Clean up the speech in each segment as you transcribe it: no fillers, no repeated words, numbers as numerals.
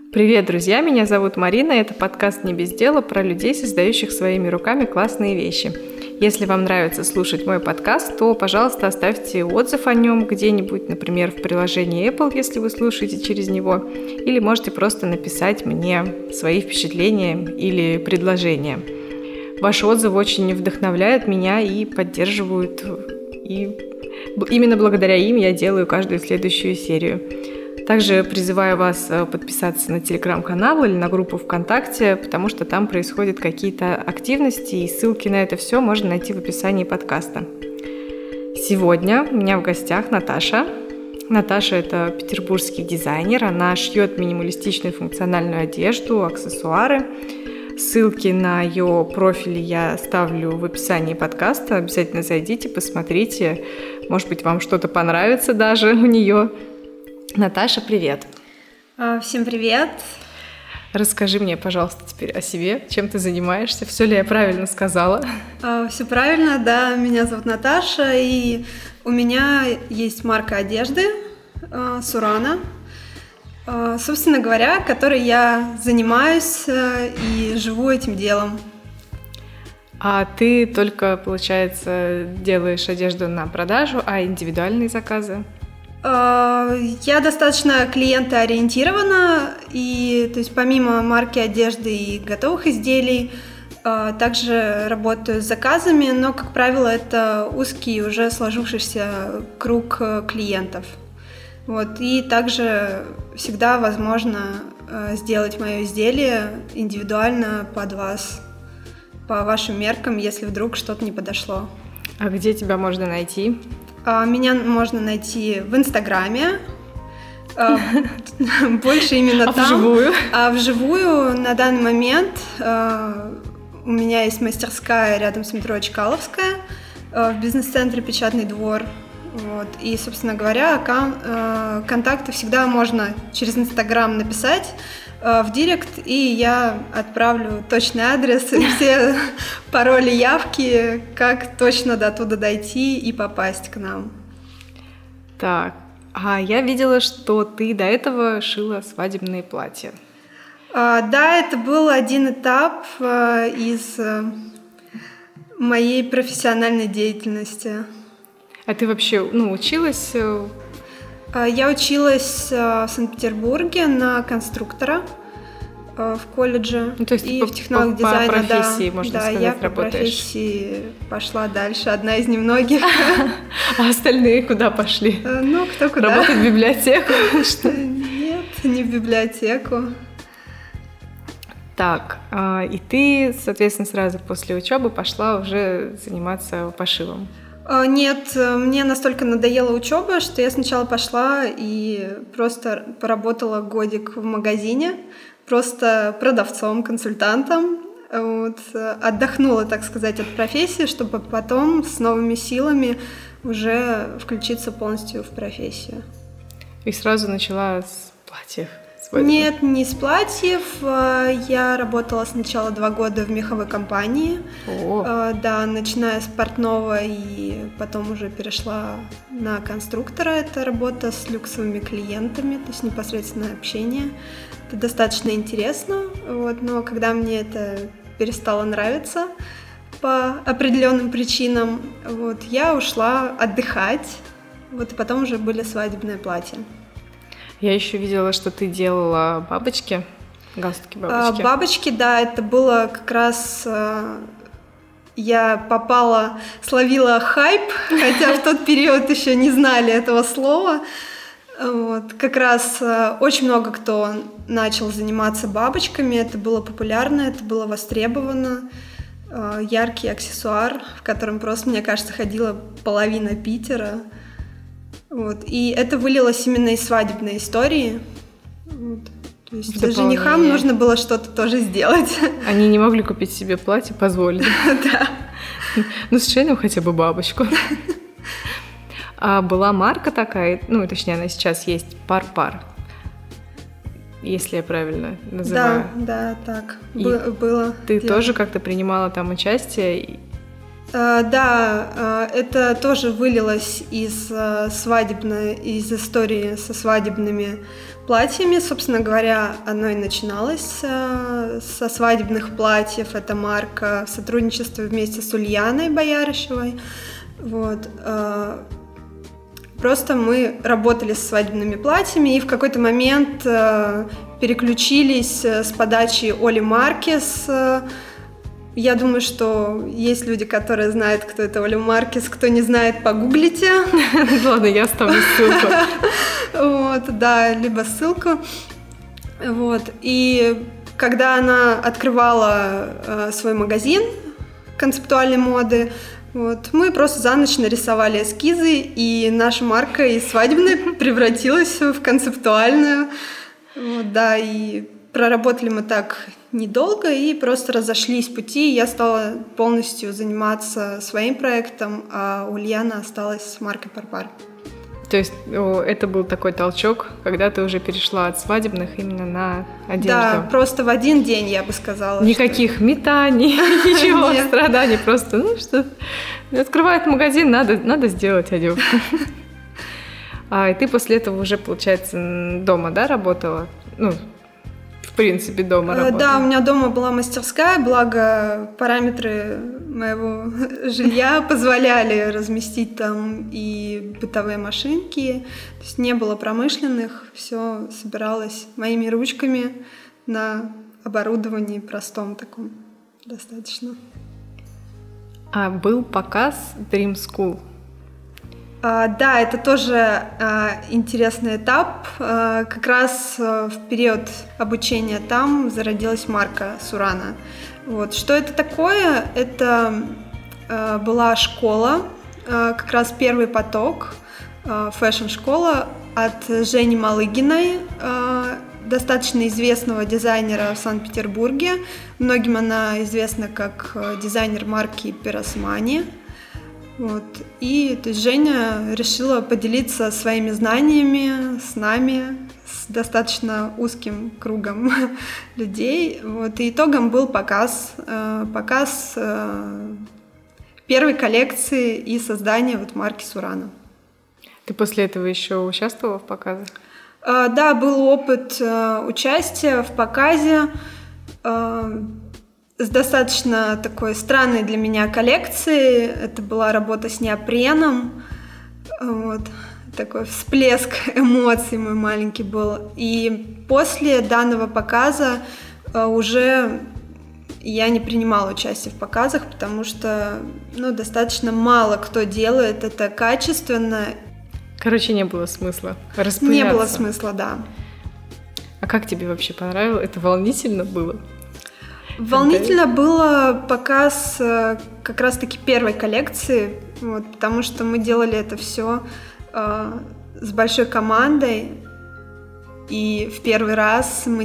Привет, друзья! Меня зовут Марина. Это подкаст «Не без дела» про людей, создающих своими руками классные вещи. Если вам нравится слушать мой подкаст, то, пожалуйста, оставьте отзыв о нем где-нибудь, например, в приложении Apple, если вы слушаете через него, или можете просто написать мне свои впечатления или предложения. Ваши отзывы очень вдохновляют меня и поддерживают, и именно благодаря им я делаю каждую следующую серию. Также призываю вас подписаться на телеграм-канал или на группу ВКонтакте, потому что там происходят какие-то активности, и ссылки на это все можно найти в описании подкаста. Сегодня у меня в гостях Наташа. Наташа – это петербургский дизайнер, она шьет минималистичную функциональную одежду, аксессуары. Ссылки на ее профиль я ставлю в описании подкаста. Обязательно зайдите, посмотрите. Может быть, вам что-то понравится даже у нее. Наташа, привет. Всем привет. Расскажи мне, пожалуйста, теперь о себе. Чем ты занимаешься? Все ли я правильно сказала? Все правильно, да. Меня зовут Наташа, и у меня есть марка одежды Сурана, собственно говоря, которой я занимаюсь и живу этим делом. А ты только, получается, делаешь одежду на продажу, а индивидуальные заказы? Я достаточно клиентоориентирована, и то есть помимо марки одежды и готовых изделий, также работаю с заказами, но, как правило, это узкий уже сложившийся круг клиентов. Вот. И также всегда возможно сделать мое изделие индивидуально под вас, по вашим меркам, если вдруг что-то не подошло. А где тебя можно найти? Меня можно найти в Инстаграме, больше именно там. Вживую? А вживую на данный момент у меня есть мастерская рядом с метро Чкаловская в бизнес-центре «Печатный двор». Вот. И, собственно говоря, контакты всегда можно через Инстаграм написать в директ, и я отправлю точный адрес и все пароли, явки, как точно до туда дойти и попасть к нам. Так, а я видела, что ты до этого шила свадебные платья. Да, это был один этап из моей профессиональной деятельности. А ты вообще, училась? Я училась в Санкт-Петербурге на конструктора в колледже, то есть и в технологии дизайна. По профессии, можно сказать, я работаешь. по профессии пошла дальше, одна из немногих. А остальные куда пошли? Кто куда. Работать в библиотеку? Нет, не в библиотеку. Так, и ты, соответственно, сразу после учебы пошла уже заниматься пошивом? Нет, мне настолько надоела учеба, что я сначала пошла и просто поработала годик в магазине, просто продавцом, консультантом. Вот, отдохнула, так сказать, от профессии, чтобы потом с новыми силами уже включиться полностью в профессию. И сразу начала с платьев? Нет, не с платьев. Я работала сначала 2 года в меховой компании. Да, начиная с портного, и потом уже перешла на конструктора. Это работа с люксовыми клиентами, то есть непосредственное общение. Это достаточно интересно, но когда мне это перестало нравиться по определенным причинам, я ушла отдыхать, и потом уже были свадебные платья. Я еще видела, что ты делала бабочки, галстуки-бабочки. Бабочки, да, это было как раз... Я словила хайп, хотя в тот период еще не знали этого слова. Как раз очень много кто начал заниматься бабочками, это было популярно, это было востребовано. Яркий аксессуар, в котором просто, мне кажется, ходила половина Питера. И это вылилось именно из свадебной истории. То есть женихам нужно было что-то тоже сделать. Они не могли купить себе платье, позволили. Да. Сшей нам хотя бы бабочку. А была марка такая, точнее, она сейчас есть, Пар-Пар, если я правильно называю. Да, так, было. Ты тоже как-то принимала там участие? Да, это тоже вылилось из истории со свадебными платьями. Собственно говоря, оно и начиналось со свадебных платьев. Это марка в сотрудничестве вместе с Ульяной Боярышевой. Вот. Просто мы работали с свадебными платьями и в какой-то момент переключились с подачи Оли Маркес. Я думаю, что есть люди, которые знают, кто это Оля Маркес. Кто не знает, погуглите. Ладно, я оставлю ссылку. Вот, да, либо ссылку. Вот. И когда она открывала свой магазин концептуальной моды, вот, мы просто за ночь нарисовали эскизы, и наша марка из свадебной превратилась в концептуальную. Вот, да, и проработали мы так недолго и просто разошлись пути. Я стала полностью заниматься своим проектом, а Ульяна осталась с маркой Парпар. То есть это был такой толчок, когда ты уже перешла от свадебных именно на одежду? Да, просто в один день, я бы сказала. Никаких метаний, ничего, страданий, просто, открывает магазин, надо сделать одежду. И ты после этого уже, получается, дома, да, работала? В принципе, дома работала. Да, у меня дома была мастерская, благо параметры моего жилья позволяли разместить там и бытовые машинки. То есть не было промышленных, все собиралось моими ручками на оборудовании простом таком достаточно. А был показ Dream School? Да, это тоже интересный этап. Как раз в период обучения там зародилась марка Сурана. Вот. Что это такое? Это была школа, как раз первый поток, фэшн-школа от Жени Малыгиной, достаточно известного дизайнера в Санкт-Петербурге. Многим она известна как дизайнер марки Пиросмани. Вот. И то есть Женя решила поделиться своими знаниями с нами, с достаточно узким кругом людей. Вот. И итогом был показ первой коллекции и создание марки Сурана. Ты после этого еще участвовала в показах? Да, был опыт участия в показе с достаточно такой странной для меня коллекцией. Это была работа с неопреном. Вот. Такой всплеск эмоций мой маленький был. И после данного показа уже я не принимала участие в показах, потому что достаточно мало кто делает это качественно. Короче, не было смысла распыляться. Не было смысла, да. А как тебе вообще понравилось? Это волнительно было? Волнительно было показ как раз-таки первой коллекции, потому что мы делали это все с большой командой, и в первый раз мы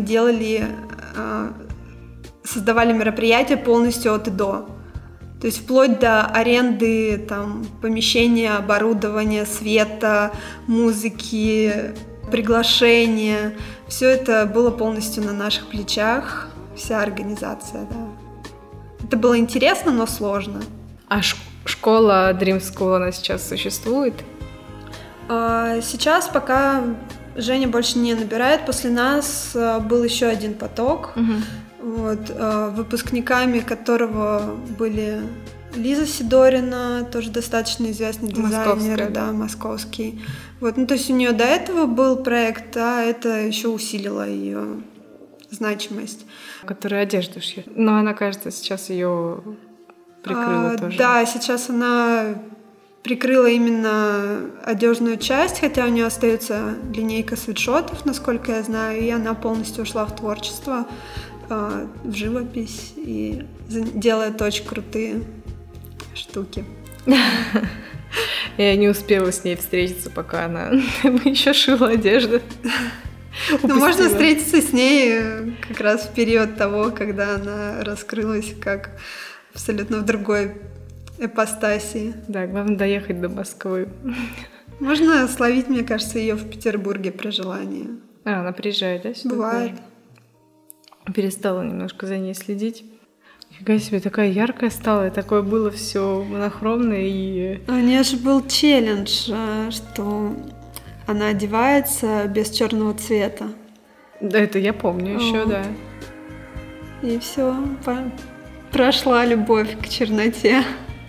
создавали мероприятие полностью от и до. То есть вплоть до аренды помещения, оборудования, света, музыки, приглашения. Все это было полностью на наших плечах. Вся организация, да. Это было интересно, но сложно. А школа Dream School, она сейчас существует? Сейчас пока Женя больше не набирает. После нас был еще один поток, выпускниками которого были Лиза Сидорина, тоже достаточно известный дизайнер, московский. То есть у нее до этого был проект, а это еще усилило ее значимость. Которая одежду шьет. Но она, кажется, сейчас ее прикрыла тоже. Да, сейчас она прикрыла именно одежную часть, хотя у нее остается линейка свитшотов, насколько я знаю, и она полностью ушла в творчество, в живопись и делает очень крутые штуки. Я не успела с ней встретиться, пока она еще шила одежду. Можно встретиться с ней как раз в период того, когда она раскрылась как абсолютно в другой ипостаси. Да, главное доехать до Москвы. Можно словить, мне кажется, ее в Петербурге при желании. Она приезжает, да, сюда? Бывает. Тоже? Перестала немножко за ней следить. Фига себе, такая яркая стала, и такое было все монохромное и... У нее же был челлендж, что она одевается без черного цвета. Да, это я помню еще, да. И все, прошла любовь к черноте.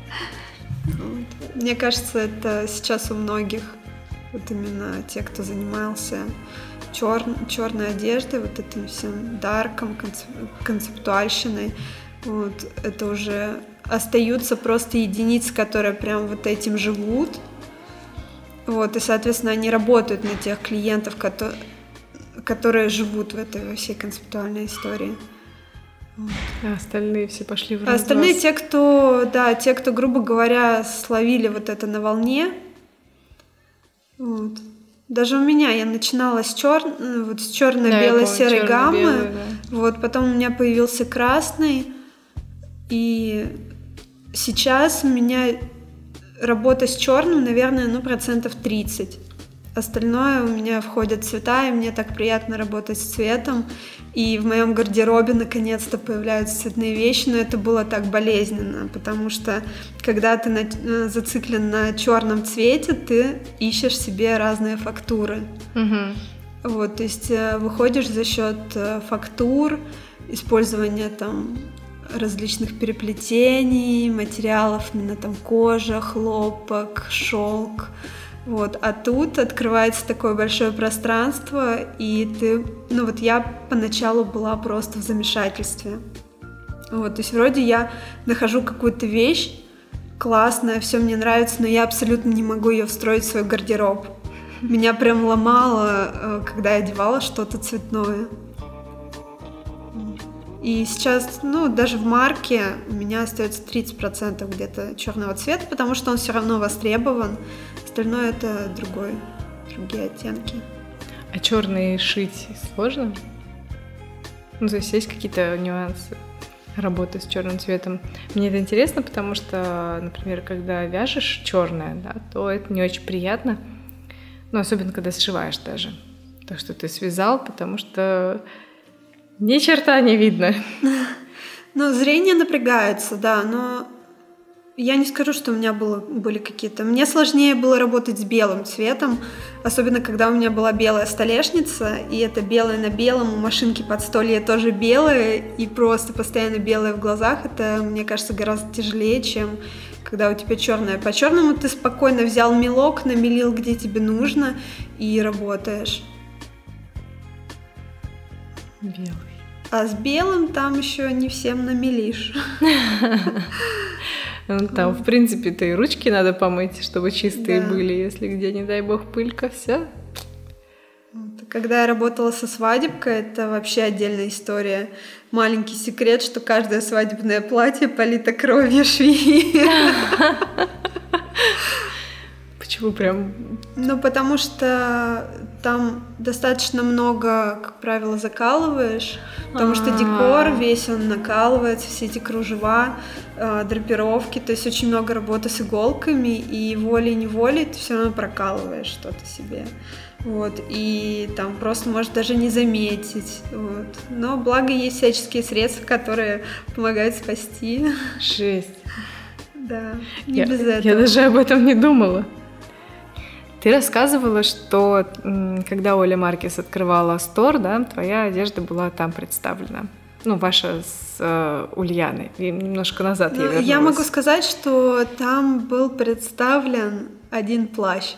Мне кажется, это сейчас у многих, вот именно те, кто занимался черной одеждой, вот этим всем дарком, концептуальщиной, вот, это уже остаются просто единицы, которые прям вот этим живут. Вот, и, соответственно, они работают на тех клиентов, которые живут в этой всей концептуальной истории. Вот. А остальные все пошли в разнос. А остальные те, кто, грубо говоря, словили вот это на волне. Вот. Даже у меня я начинала с черно-бело-серой гаммы. Да. Вот, потом у меня появился красный. И сейчас у меня работа с черным, наверное, 30%. Остальное у меня входят цвета, и мне так приятно работать с цветом. И в моем гардеробе наконец-то появляются цветные вещи, но это было так болезненно, потому что когда ты зациклен на черном цвете, ты ищешь себе разные фактуры. Вот, то есть выходишь за счет фактур, использования там различных переплетений, материалов, именно там кожа, хлопок, шелк. Вот, а тут открывается такое большое пространство, и ты, я поначалу была просто в замешательстве. Вот, то есть вроде я нахожу какую-то вещь классная, все мне нравится, но я абсолютно не могу ее встроить в свой гардероб. Меня прям ломало, когда я одевала что-то цветное. И сейчас, даже в марке у меня остается 30% где-то черного цвета, потому что он все равно востребован. Остальное это другие оттенки. А черный шить сложно? То есть какие-то нюансы работы с черным цветом? Мне это интересно, потому что, например, когда вяжешь черное, да, то это не очень приятно. Особенно когда сшиваешь даже. То, что ты связал, потому что ни черта не видно. Зрение напрягается, да, но я не скажу, что у меня были какие-то... Мне сложнее было работать с белым цветом, особенно когда у меня была белая столешница, и это белое на белом, у машинки под столье тоже белое, и просто постоянно белое в глазах. Это, мне кажется, гораздо тяжелее, чем когда у тебя черное. По черному ты спокойно взял мелок, намелил, где тебе нужно, и работаешь. Белый. А с белым там еще не всем намелишь. Там, в принципе-то и ручки надо помыть, чтобы чистые были, если где, не дай бог, пылька, все. Когда я работала со свадебкой, это вообще отдельная история. Маленький секрет, что каждое свадебное платье полито кровью швеи. Почему прям? Потому что там достаточно много, как правило, закалываешь, потому что декор весь он накалывается, все эти кружева, драпировки, то есть очень много работы с иголками, и волей-неволей ты все равно прокалываешь что-то себе. Вот, и там просто можешь даже не заметить. Вот. Но благо есть всяческие средства, которые помогают спасти. Жесть. Да, не без этого. Я даже об этом не думала. Ты рассказывала, что когда Оля Маркес открывала стор, да, твоя одежда была там представлена. Ваша с Ульяной. И немножко назад я вернулась. Я могу сказать, что там был представлен один плащ.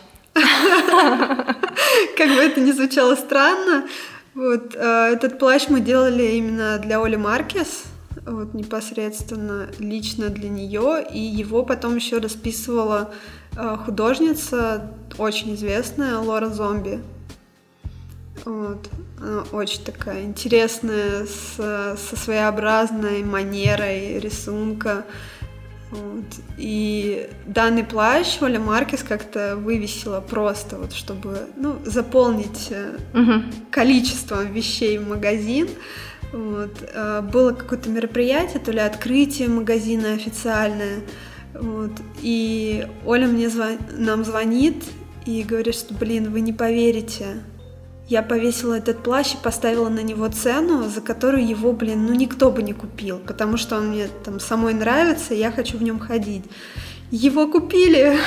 Как бы это ни звучало странно, вот этот плащ мы делали именно для Оли Маркес, вот непосредственно лично для нее, и его потом еще расписывала художница очень известная Лора Зомби. Вот. Она очень такая интересная, со своеобразной манерой рисунка. Вот. И данный плащ Оля Маркес как-то вывесила просто, вот, чтобы заполнить количеством вещей в магазин. Вот. Было какое-то мероприятие, то ли открытие магазина официальное. Вот. И Оля нам звонит и говорит, что, вы не поверите, я повесила этот плащ и поставила на него цену, за которую его, никто бы не купил, потому что он мне там самой нравится, и я хочу в нем ходить. Его купили.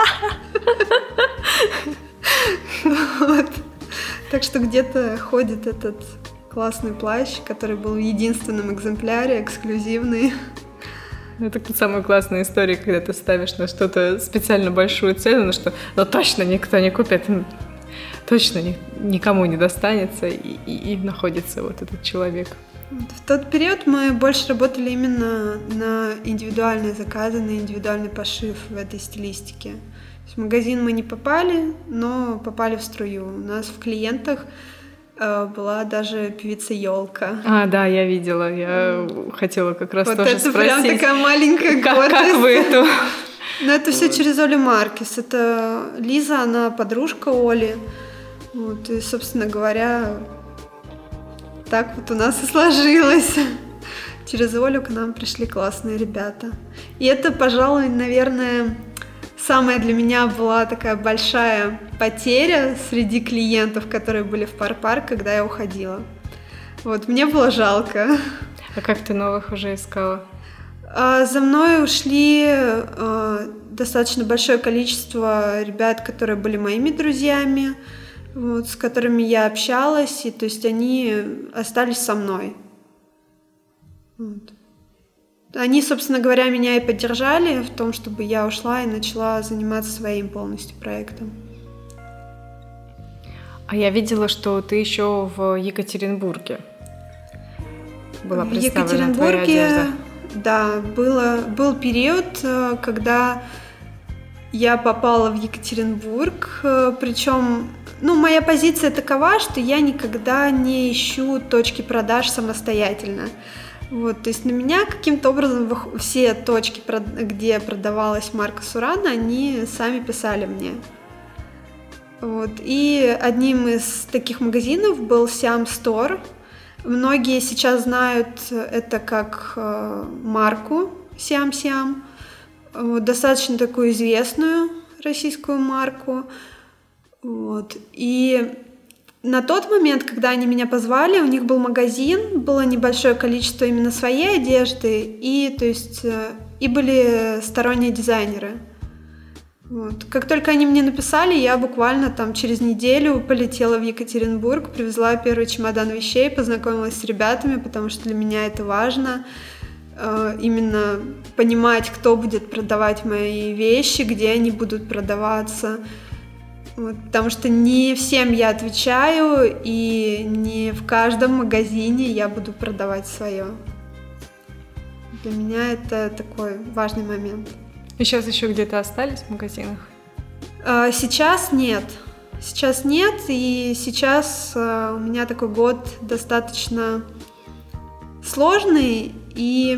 Так что где-то ходит этот классный плащ, который был в единственном экземпляре, эксклюзивный. Это самая классная история, когда ты ставишь на что-то специально большую цену, на что точно никто не купит, точно никому не достанется, и находится вот этот человек. В тот период мы больше работали именно на индивидуальные заказы, на индивидуальный пошив в этой стилистике. В магазин мы не попали, но попали в струю. У нас в клиентах была даже певица Ёлка. Да, я видела. Я хотела как раз тоже спросить. Вот это прям такая маленькая гордость. Как вы это? Но это все через Олю Маркес. Это Лиза, она подружка Оли. И, собственно говоря, так вот у нас и сложилось. Через Олю к нам пришли классные ребята. И это, пожалуй, наверное, самая для меня была такая большая потеря среди клиентов, которые были в Пар-Пар, когда я уходила. Мне было жалко. А как ты новых уже искала? За мной ушли достаточно большое количество ребят, которые были моими друзьями, с которыми я общалась, и то есть они остались со мной. Они, собственно говоря, меня и поддержали в том, чтобы я ушла и начала заниматься своим полностью проектом. А я видела, что ты еще в Екатеринбурге была представлена твоя одежда. Да, был период, когда я попала в Екатеринбург, причем, моя позиция такова, что я никогда не ищу точки продаж самостоятельно. То есть на меня каким-то образом все точки, где продавалась марка Сурана, они сами писали мне. И одним из таких магазинов был Siam Store. Многие сейчас знают это как марку Siam, достаточно такую известную российскую марку. И на тот момент, когда они меня позвали, у них был магазин, было небольшое количество именно своей одежды, и были сторонние дизайнеры. Как только они мне написали, я буквально через неделю полетела в Екатеринбург, привезла первый чемодан вещей, познакомилась с ребятами, потому что для меня это важно. Именно понимать, кто будет продавать мои вещи, где они будут продаваться. Потому что не всем я отвечаю, и не в каждом магазине я буду продавать свое. Для меня это такой важный момент. И сейчас еще где-то остались в магазинах? Сейчас нет. И сейчас у меня такой год достаточно сложный и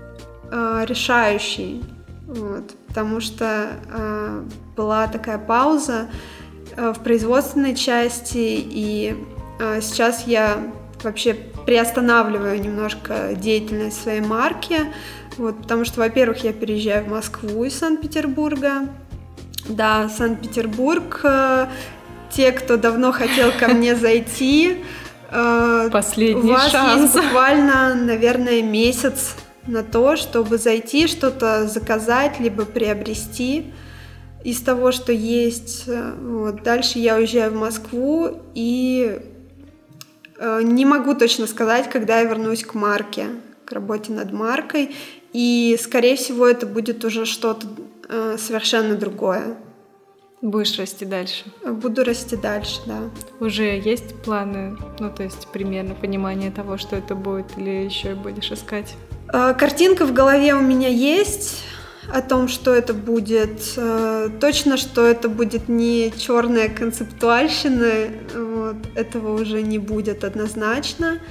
решающий. Потому что была такая пауза в производственной части, и сейчас я вообще приостанавливаю немножко деятельность своей марки, потому что, во-первых, я переезжаю в Москву из Санкт-Петербурга. Да, Санкт-Петербург, те, кто давно хотел ко мне зайти, последний у вас шанс. Есть буквально, наверное, месяц на то, чтобы зайти, что-то заказать, либо приобрести из того, что есть. Дальше я уезжаю в Москву, и не могу точно сказать, когда я вернусь к марке, к работе над маркой, и, скорее всего, это будет уже что-то совершенно другое. Будешь расти дальше? Буду расти дальше, да. Уже есть планы, то есть примерно понимание того, что это будет, или еще будешь искать? Картинка в голове у меня есть о том, что это будет. Точно, что это будет не черная концептуальщина, этого уже не будет однозначно.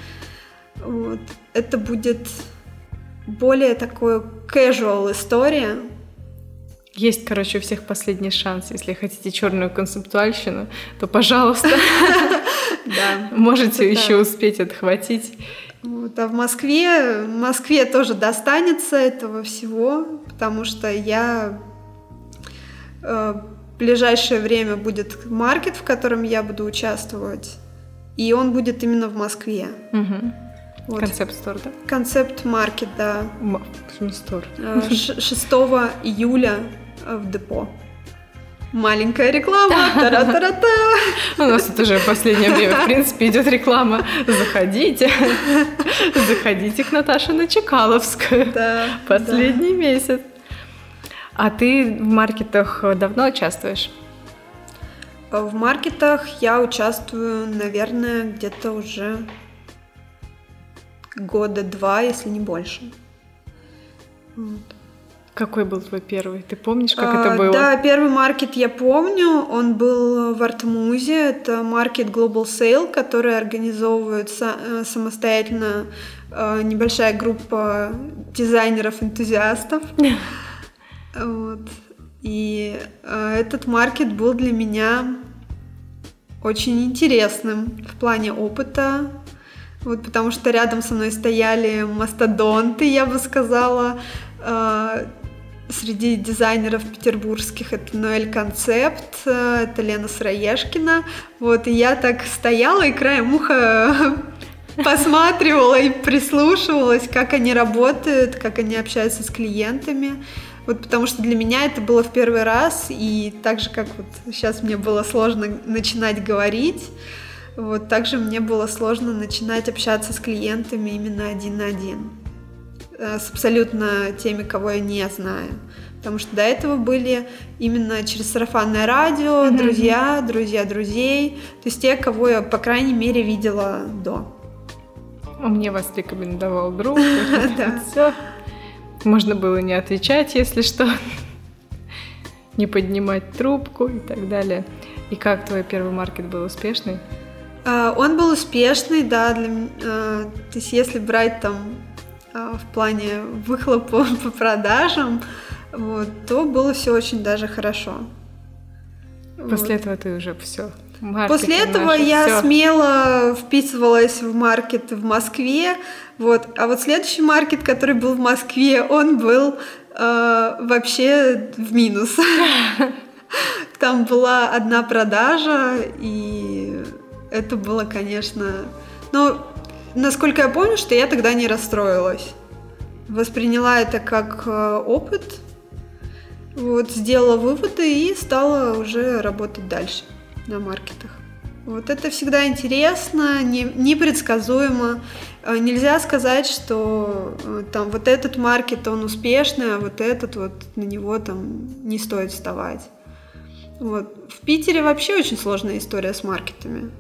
Это будет более такой casual история. Есть, у всех последний шанс. Если хотите черную концептуальщину, то, пожалуйста, можете еще успеть отхватить. А в Москве тоже достанется этого всего, потому что в ближайшее время будет маркет, в котором я буду участвовать. и он будет именно в Москве. Угу. Вот. Концепт-стор, да? Концепт-маркет, да. Почему стор? 6 июля в депо. Маленькая реклама. Та-ра-та-ра-та. У нас тут уже в последнее время, в принципе, идет реклама. Заходите. Заходите к Наташе на Чекаловскую. Да, последний месяц. А ты в маркетах давно участвуешь? В маркетах я участвую, наверное, где-то уже 2 года, если не больше. Вот. Какой был твой первый? Ты помнишь, как это было? Да, первый маркет я помню. Он был в Артмузе. Это маркет Global Sale, который организовывает самостоятельно небольшая группа дизайнеров-энтузиастов. Вот. И этот маркет был для меня очень интересным в плане опыта. Вот, потому что рядом со мной стояли мастодонты, я бы сказала, среди дизайнеров петербургских. Это Ноэль Концепт, это Лена Сыроежкина. Вот, и я так стояла и краем уха посматривала и прислушивалась, как они работают, как они общаются с клиентами. Вот, потому что для меня это было в первый раз, и так же, как вот сейчас мне было сложно начинать говорить, вот, также мне было сложно начинать общаться с клиентами именно один на один. С абсолютно теми, кого я не знаю. Потому что до этого были именно через сарафанное радио, друзья друзей. То есть те, кого я, по крайней мере, видела до. Мне вас рекомендовал друг. Все. Можно было не отвечать, если что. Не поднимать трубку и так далее. И как твой первый маркет был успешный? Он был успешный, да. То есть если брать там в плане выхлопа по продажам, вот, то было все очень даже хорошо. После этого ты уже все. После этого я смело вписывалась в маркет в Москве. Вот. А вот следующий маркет, который был в Москве, он был вообще в минус. Там была одна продажа, и это было, конечно... Но насколько я помню, что я тогда не расстроилась. Восприняла это как опыт, вот, сделала выводы и стала уже работать дальше на маркетах. Вот это всегда интересно, непредсказуемо. Нельзя сказать, что там вот этот маркет, он успешный, а вот этот вот на него там не стоит вставать. Вот. В Питере вообще очень сложная история с маркетами.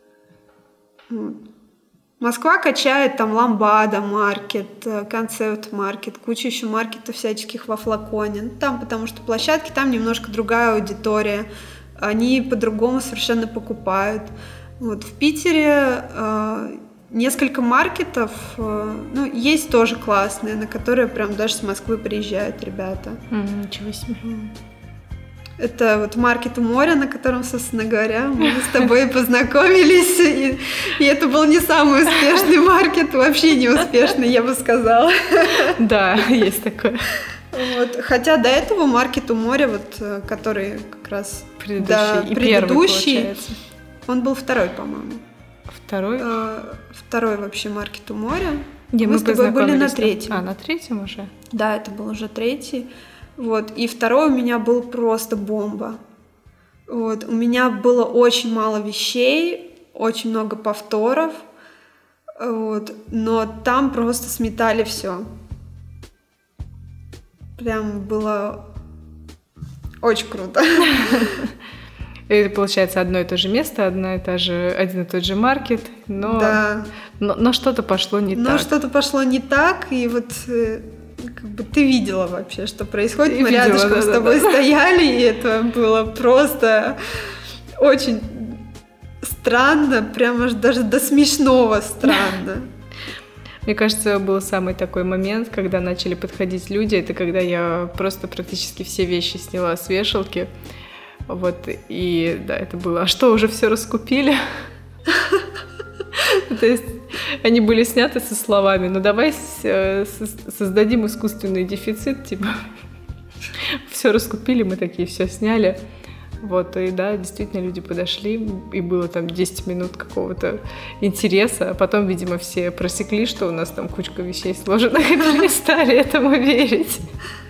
Вот. Москва качает там Ламбада маркет, Концепт маркет, куча еще маркетов всяческих во флаконе. Ну, там, потому что площадки, там немножко другая аудитория, они по-другому совершенно покупают. Вот. В Питере несколько маркетов, ну, есть тоже классные, на которые прям даже с Москвы приезжают ребята. Ничего себе. Это вот маркет у моря, на котором, собственно говоря, мы с тобой познакомились, и это был не самый успешный маркет, вообще не успешный, я бы сказала. Да, есть такое. Вот. Хотя до этого маркет у моря, вот, который как раз предыдущий, он был второй, по-моему. Второй? Второй вообще маркет у моря. Где мы с тобой были на третьем. На третьем уже? Да, это был уже третий. Вот. И второй у меня был просто бомба. Вот. У меня было очень мало вещей, очень много повторов, вот. Но там просто сметали все. Прям было очень круто. Это, получается, одно и то же место, один и тот же маркет, но, да. но что-то пошло не так. Но что-то пошло не так, и вот как бы ты видела вообще, что происходит. Мы рядышком с тобой стояли, и это было просто очень странно, прям аж даже до смешного странно. Мне кажется, был самый такой момент, когда начали подходить люди, это когда я просто практически все вещи сняла с вешалки. Вот, и да, это было. А что, уже все раскупили? То есть они были сняты со словами: ну давай создадим искусственный дефицит, типа все раскупили, мы такие все сняли. Вот, и да, действительно люди подошли, и было там 10 минут какого-то интереса, а потом, видимо, все просекли, что у нас там кучка вещей сложенных, и перестали этому верить.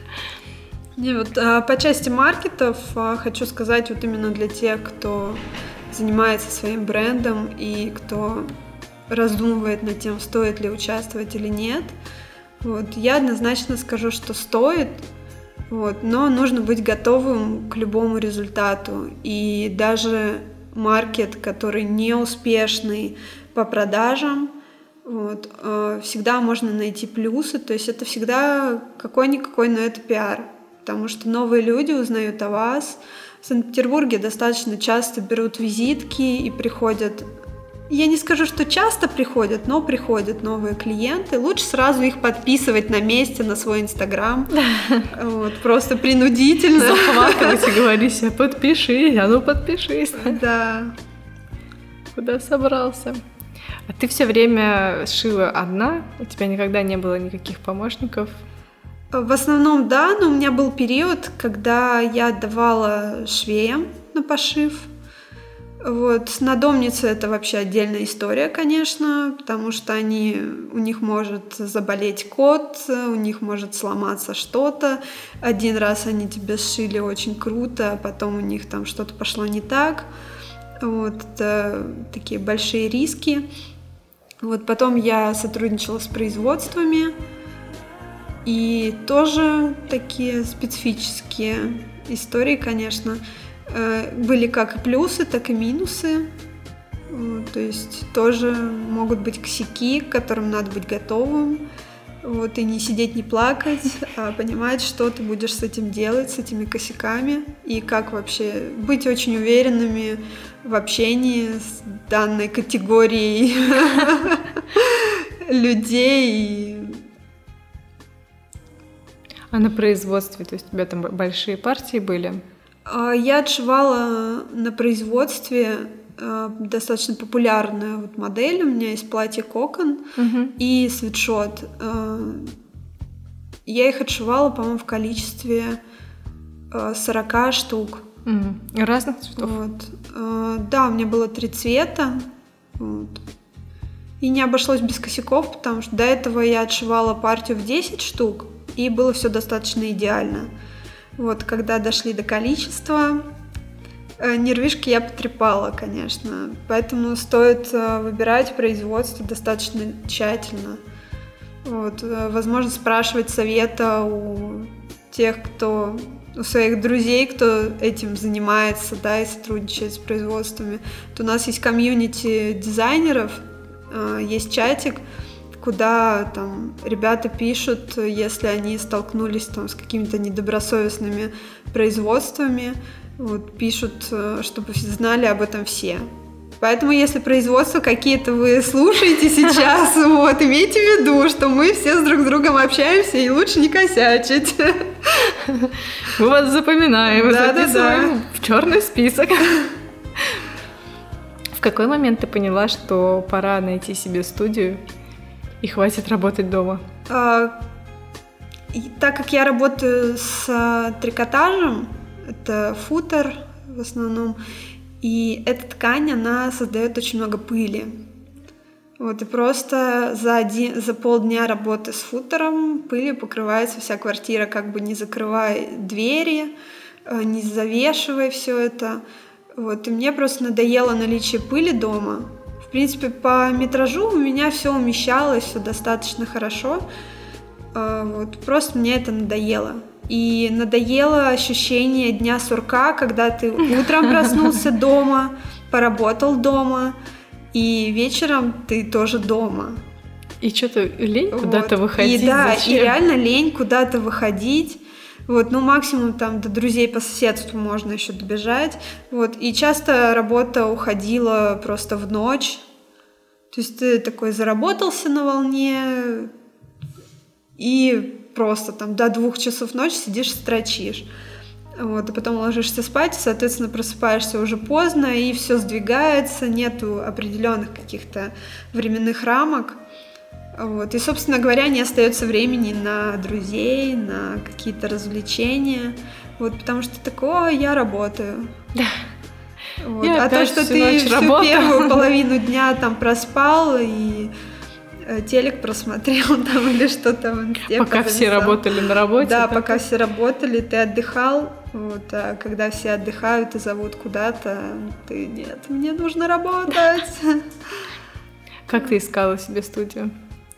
И вот по части маркетов хочу сказать вот именно для тех, кто занимается своим брендом и кто раздумывает над тем, стоит ли участвовать или нет. Вот, я однозначно скажу, что стоит. Вот, но нужно быть готовым к любому результату. И даже маркет, который не успешный по продажам, вот, всегда можно найти плюсы. То есть это всегда какой-никакой, но это пиар. Потому что новые люди узнают о вас. В Санкт-Петербурге достаточно часто берут визитки и приходят... Я не скажу, что часто приходят, но приходят новые клиенты. Лучше сразу их подписывать на месте на свой Инстаграм. Вот, просто принудительно. Захватывать и говорить себе: подпишись, а ну подпишись. Да. Куда собрался? А ты все время шила одна? У тебя никогда не было никаких помощников? В основном, да, но у меня был период, когда я отдавала швеям на пошив. Вот, надомницы — это вообще отдельная история, конечно, потому что у них может заболеть кот, у них может сломаться что-то. Один раз они тебе сшили очень круто, а потом у них там что-то пошло не так. Вот, это такие большие риски. Вот, потом я сотрудничала с производствами, и тоже такие специфические истории, конечно. Были как и плюсы, так и минусы. То есть тоже могут быть косяки, к которым надо быть готовым. Вот, и не сидеть, не плакать, а понимать, что ты будешь с этим делать, с этими косяками, и как вообще быть очень уверенными в общении с данной категорией людей. А на производстве, то есть у тебя там большие партии были? Я отшивала на производстве достаточно популярную вот модель. У меня есть платье кокон и свитшот. Я их отшивала, по-моему, в количестве 40 штук. Разных цветов? Вот. Да, у меня было 3 цвета. Вот. И не обошлось без косяков, потому что до этого я отшивала партию в 10 штук, и было все достаточно идеально. Вот, когда дошли до количества, нервишки я потрепала, конечно. Поэтому стоит выбирать производство достаточно тщательно. Вот, возможно, спрашивать совета у у своих друзей, кто этим занимается, да, и сотрудничает с производствами. Вот у нас есть комьюнити дизайнеров, есть чатик, куда там ребята пишут, если они столкнулись там с какими-то недобросовестными производствами, вот, пишут, чтобы знали об этом все. Поэтому, если производства какие-то вы слушаете сейчас, вот, имейте в виду, что мы все друг с другом общаемся, и лучше не косячить. Мы вас запоминаем, записываем в черный список. В какой момент ты поняла, что пора найти себе студию и хватит работать дома? Так как я работаю с трикотажем, это футер в основном, и эта ткань, она создает очень много пыли. Вот, и просто за полдня работы с футером пылью покрывается вся квартира, как бы не закрывая двери, не завешивая все это. Вот, и мне просто надоело наличие пыли дома. В принципе, по метражу у меня все умещалось, все достаточно хорошо. Вот, просто мне это надоело. И надоело ощущение дня сурка, когда ты утром проснулся дома, поработал дома, и вечером ты тоже дома. И что-то лень куда-то выходить? И да, зачем? И реально лень куда-то выходить. Вот, ну, максимум там до друзей по соседству можно еще добежать. Вот, и часто работа уходила просто в ночь. То есть ты такой заработался на волне и просто там до 2 часов ночи сидишь, строчишь. Вот, и потом ложишься спать, соответственно, просыпаешься уже поздно, и все сдвигается, нету определенных каких-то временных рамок. Вот, и, собственно говоря, не остается времени на друзей, на какие-то развлечения. Вот, потому что такое я работаю. Вот. Я а то, что ты всю первую половину дня там проспал и телек просмотрел там или что-то в инсте пока все работали на работе. Да, пока все работали, ты отдыхал. Вот, а когда все отдыхают и зовут куда-то, ты нет, мне нужно работать. Как ты искала себе студию?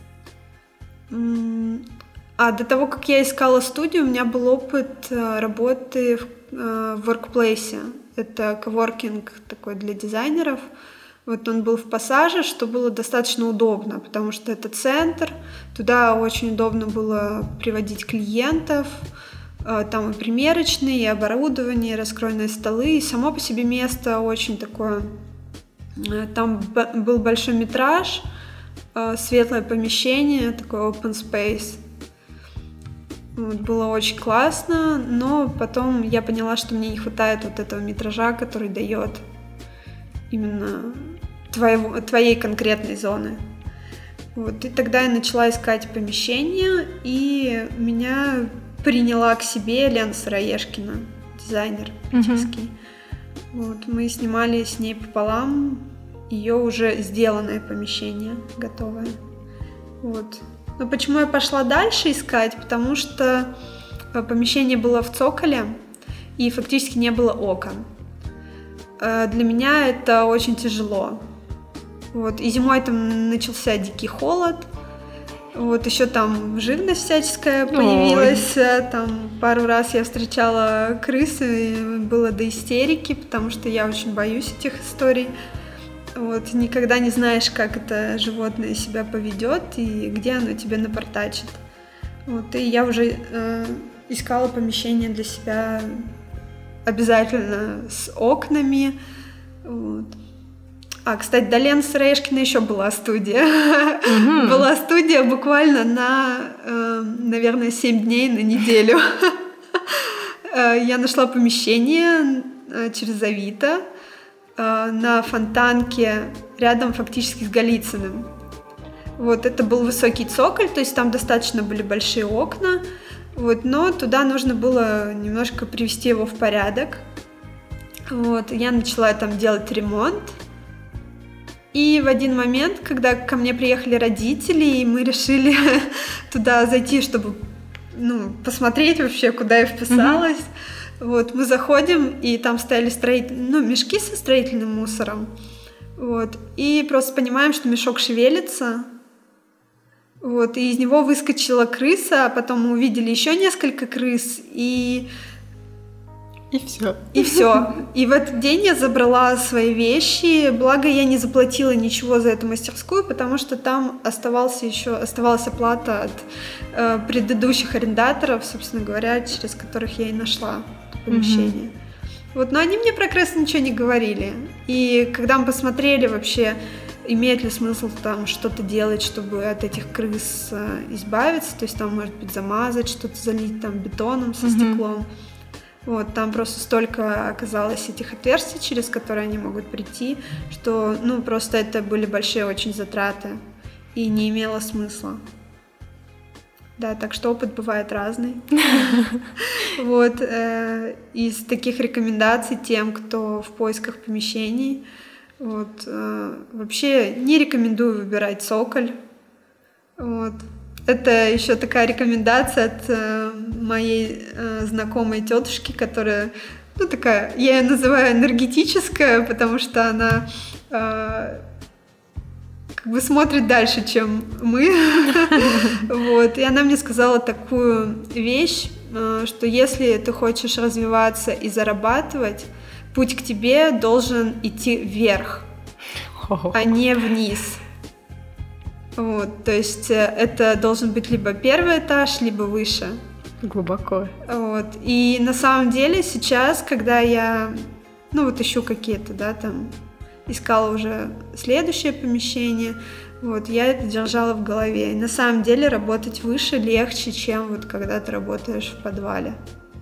До того, как я искала студию, у меня был опыт работы в воркплейсе. Это коворкинг такой для дизайнеров. Вот он был в Пассаже, что было достаточно удобно, потому что это центр, туда очень удобно было приводить клиентов, там и примерочные, и оборудование, и раскроенные столы, и само по себе место очень такое. Там был большой метраж, светлое помещение, такой open space. Вот, было очень классно, но потом я поняла, что мне не хватает вот этого метража, который дает именно твоей конкретной зоны. Вот, и тогда я начала искать помещение, и меня приняла к себе Лена Сыроежкина, дизайнер питерский. Вот, мы снимали с ней пополам ее уже сделанное помещение, готовое. Вот. Но почему я пошла дальше искать? Потому что помещение было в цоколе, и фактически не было окон. Для меня это очень тяжело. Вот. И зимой там начался дикий холод. Вот еще там живность всяческая появилась. Там пару раз я встречала крыс, и было до истерики, потому что я очень боюсь этих историй. Вот. Никогда не знаешь, как это животное себя поведет и где оно тебе напортачит. Вот. И я уже искала помещение для себя обязательно с окнами. Вот. Кстати, до Лены Сыроежкиной еще была студия. Была студия буквально на, наверное, 7 дней на неделю. Я нашла помещение через Авито на Фонтанке, рядом фактически с Голицыным. Вот, это был высокий цоколь, то есть там достаточно были большие окна, вот, но туда нужно было немножко привести его в порядок. Вот, я начала там делать ремонт. И в один момент, когда ко мне приехали родители, и мы решили туда зайти, чтобы посмотреть вообще, куда я вписалась, вот, мы заходим, и там стояли мешки со строительным мусором, вот, и просто понимаем, что мешок шевелится, вот, и из него выскочила крыса, а потом мы увидели еще несколько крыс, и все. И в этот день я забрала свои вещи, благо я не заплатила ничего за эту мастерскую, потому что там оставалась оплата от предыдущих арендаторов, собственно говоря, через которых я и нашла помещение. Вот, но они мне про крыс ничего не говорили. И когда мы посмотрели вообще, имеет ли смысл там что-то делать, чтобы от этих крыс избавиться, то есть там, может быть, замазать, что-то залить там бетоном со стеклом. Вот, там просто столько оказалось этих отверстий, через которые они могут прийти, что, просто это были большие очень затраты и не имело смысла. Да, так что опыт бывает разный. Вот, из таких рекомендаций тем, кто в поисках помещений, вот, вообще не рекомендую выбирать цоколь. Вот. Это еще такая рекомендация от моей знакомой тетушки, которая, такая, я ее называю энергетическая, потому что она смотрит дальше, чем мы. Вот. И она мне сказала такую вещь, что если ты хочешь развиваться и зарабатывать, путь к тебе должен идти вверх, а не вниз. Вот, то есть это должен быть либо первый этаж, либо выше. Глубоко. Вот. И на самом деле сейчас, когда я, ищу какие-то, там, искала уже следующее помещение, вот, я это держала в голове. И на самом деле работать выше легче, чем вот когда ты работаешь в подвале.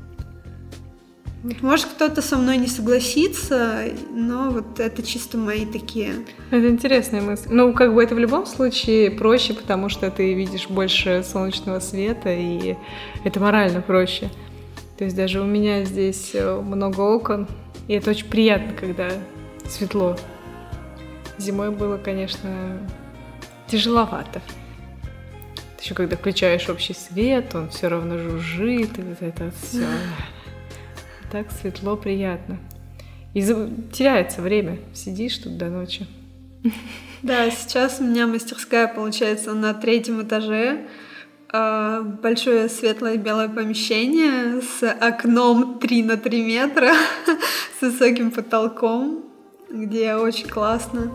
Вот, может, кто-то со мной не согласится, но вот это чисто мои такие. Это интересная мысль. Это в любом случае проще, потому что ты видишь больше солнечного света, и это морально проще. То есть даже у меня здесь много окон, и это очень приятно, когда светло. Зимой было, конечно, тяжеловато. Еще когда включаешь общий свет, он все равно жужжит, и вот это все. Так светло, приятно. И теряется время. Сидишь тут до ночи. Да, сейчас у меня мастерская, получается, на 3-м этаже. Большое светлое белое помещение с окном 3 на 3 метра, с высоким потолком, где очень классно.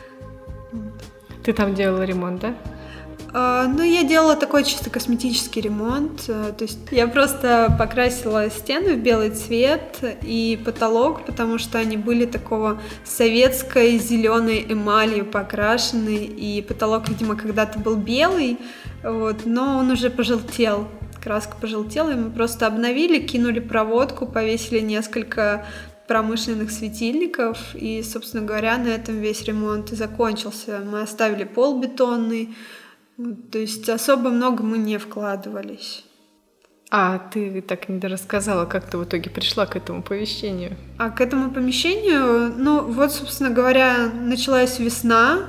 Ты там делала ремонт, да? Ну, я делала такой чисто косметический ремонт. То есть я просто покрасила стены в белый цвет и потолок, потому что они были такого советской зеленой эмалью покрашены, и потолок, видимо, когда-то был белый, вот, но он уже пожелтел. Краска пожелтела, и мы просто обновили, кинули проводку, повесили несколько промышленных светильников, и, собственно говоря, на этом весь ремонт и закончился. Мы оставили пол бетонный. То есть особо много мы не вкладывались. А ты так не рассказала, как ты в итоге пришла к этому помещению? А к этому помещению, ну вот, собственно говоря, началась весна.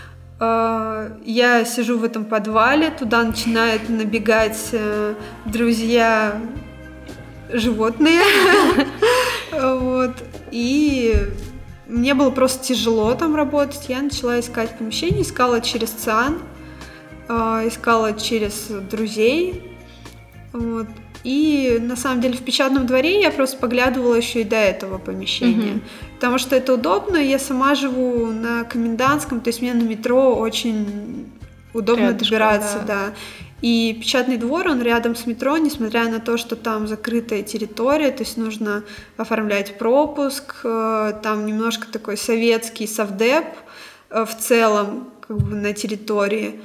Я сижу в этом подвале, туда начинают набегать друзья животные. Вот. И мне было просто тяжело там работать. Я начала искать помещение, искала через ЦИАН, искала через друзей. Вот. И на самом деле в Печатном дворе я просто поглядывала еще и до этого помещения. Потому что это удобно. Я сама живу на Комендантском, то есть мне на метро очень удобно добираться. Да. И Печатный двор, он рядом с метро, несмотря на то, что там закрытая территория, то есть нужно оформлять пропуск, там немножко такой советский совдеп в целом как бы на территории.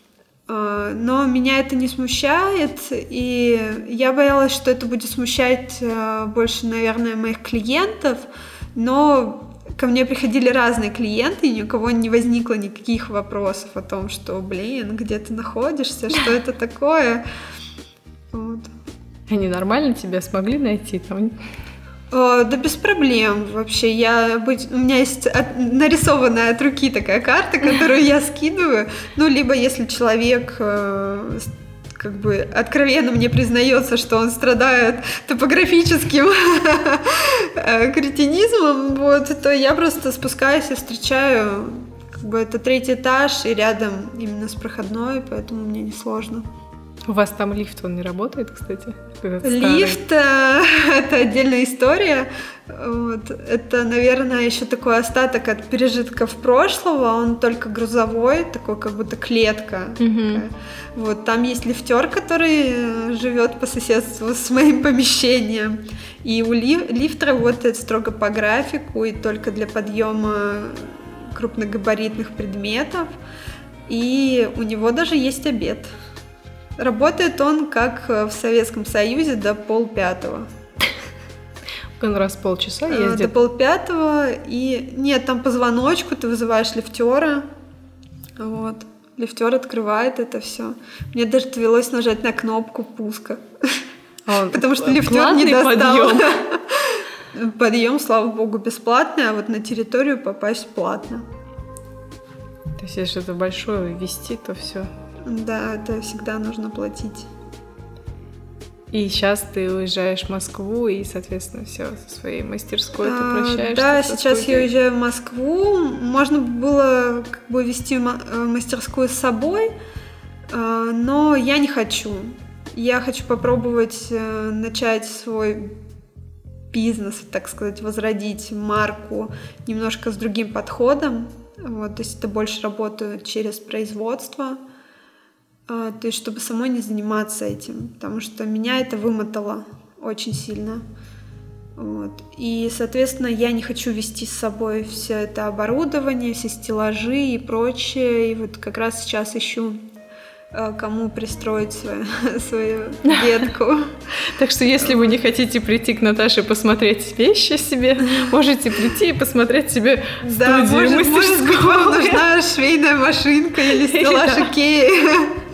Но меня это не смущает, и я боялась, что это будет смущать больше, наверное, моих клиентов, но ко мне приходили разные клиенты, и ни у кого не возникло никаких вопросов о том, что, где ты находишься, что это такое. Вот. Они нормально тебя смогли найти там? Да без проблем вообще. У меня есть нарисованная от руки такая карта, которую я скидываю. Ну, либо если человек как бы откровенно мне признается, что он страдает топографическим кретинизмом, вот, то я просто спускаюсь и встречаю, как бы это 3-й этаж и рядом именно с проходной, поэтому мне несложно. У вас там лифт, он не работает, кстати? Лифт — это отдельная история. Вот. Это, наверное, еще такой остаток от пережитков прошлого. Он только грузовой, такой как будто клетка. Вот. Там есть лифтер, который живет по соседству с моим помещением. И у лифт работает строго по графику и только для подъема крупногабаритных предметов. И у него даже есть обед. Работает он, как в Советском Союзе, до 4:30. Он раз в полчаса ездит? До 4:30. И нет, там по звоночку ты вызываешь лифтера. Вот. Лифтер открывает это все. Мне даже довелось нажать на кнопку пуска. Потому что лифтер не достал. Подъем, слава богу, бесплатный, а вот на территорию попасть платно. То есть, если что-то большое везти, то все. Да, это всегда нужно платить. И сейчас ты уезжаешь в Москву, и, соответственно, все со своей мастерской ты прощаешься. Да, сейчас я уезжаю в Москву. Можно было как бы вести мастерскую с собой, но я не хочу. Я хочу попробовать начать свой бизнес, так сказать, возродить марку немножко с другим подходом. Вот, то есть это больше работаю через производство. То есть, чтобы самой не заниматься этим, потому что меня это вымотало очень сильно. Вот. И, соответственно, я не хочу вести с собой все это оборудование, все стеллажи и прочее. И вот как раз сейчас ищу, кому пристроить свою детку. Так что, если вы не хотите прийти к Наташе посмотреть вещи себе, можете прийти и посмотреть себе студию, мастерскую. Может быть, вам нужна швейная машинка или стеллаж Икеи.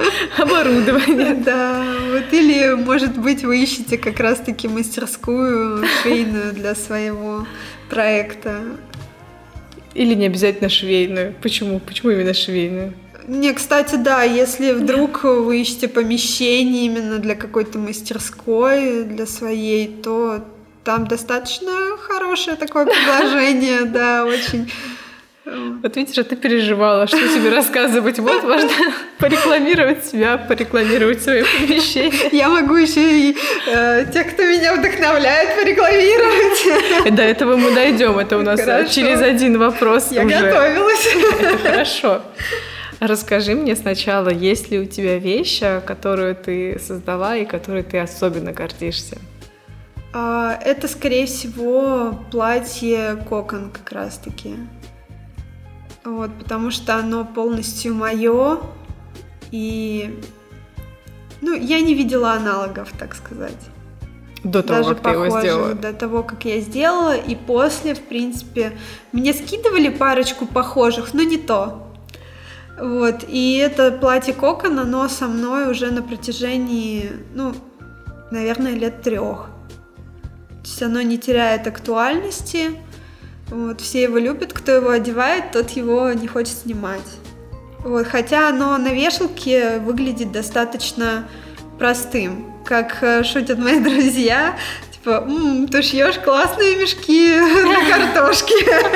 оборудование. Да, вот или, может быть, вы ищете как раз-таки мастерскую швейную для своего проекта. Или не обязательно швейную. Почему? Почему именно швейную? Не, кстати, да, если вдруг вы ищете помещение именно для какой-то мастерской, для своей, то там достаточно хорошее такое предложение, да, очень. Вот видишь, а ты переживала, что тебе рассказывать. Вот важно порекламировать себя, порекламировать свое помещение. Я могу еще и тех, кто меня вдохновляет, порекламировать. До этого мы дойдем. Это у нас через один вопрос. Я готовилась. Это хорошо. Расскажи мне сначала, есть ли у тебя вещь, которую ты создала и которой ты особенно гордишься? Это, скорее всего, платье кокон как раз-таки. Вот, потому что оно полностью мое, и я не видела аналогов, так сказать. До того, даже как ты его сделала? До того, как я сделала, и после, в принципе, мне скидывали парочку похожих, но не то. Вот, и это платье кокон, оно со мной уже на протяжении, наверное, лет 3. То есть оно не теряет актуальности. Вот, все его любят, кто его одевает, тот его не хочет снимать. Вот, хотя оно на вешалке выглядит достаточно простым. Как шутят мои друзья, типа, ты шьешь классные мешки для картошки.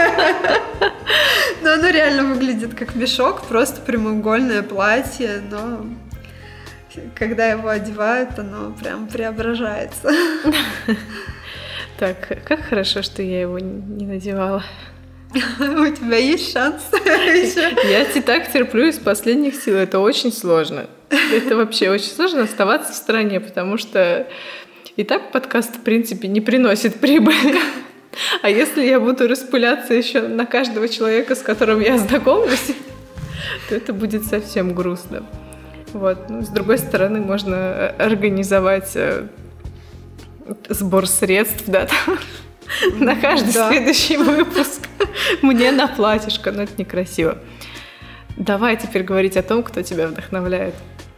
Но оно реально выглядит как мешок, просто прямоугольное платье, но когда его одевают, оно прям преображается. Так, как хорошо, что я его не надевала. У тебя есть шанс еще? Я так терплю из последних сил. Это очень сложно. Это вообще очень сложно оставаться в стороне, потому что и так подкаст, в принципе, не приносит прибыли. А если я буду распыляться еще на каждого человека, с которым я знакомлюсь, то это будет совсем грустно. Вот. С другой стороны, можно организовать сбор средств, да, там, на каждый следующий выпуск. Мне на платьишко, но это некрасиво. Давай теперь говорить о том, кто тебя вдохновляет.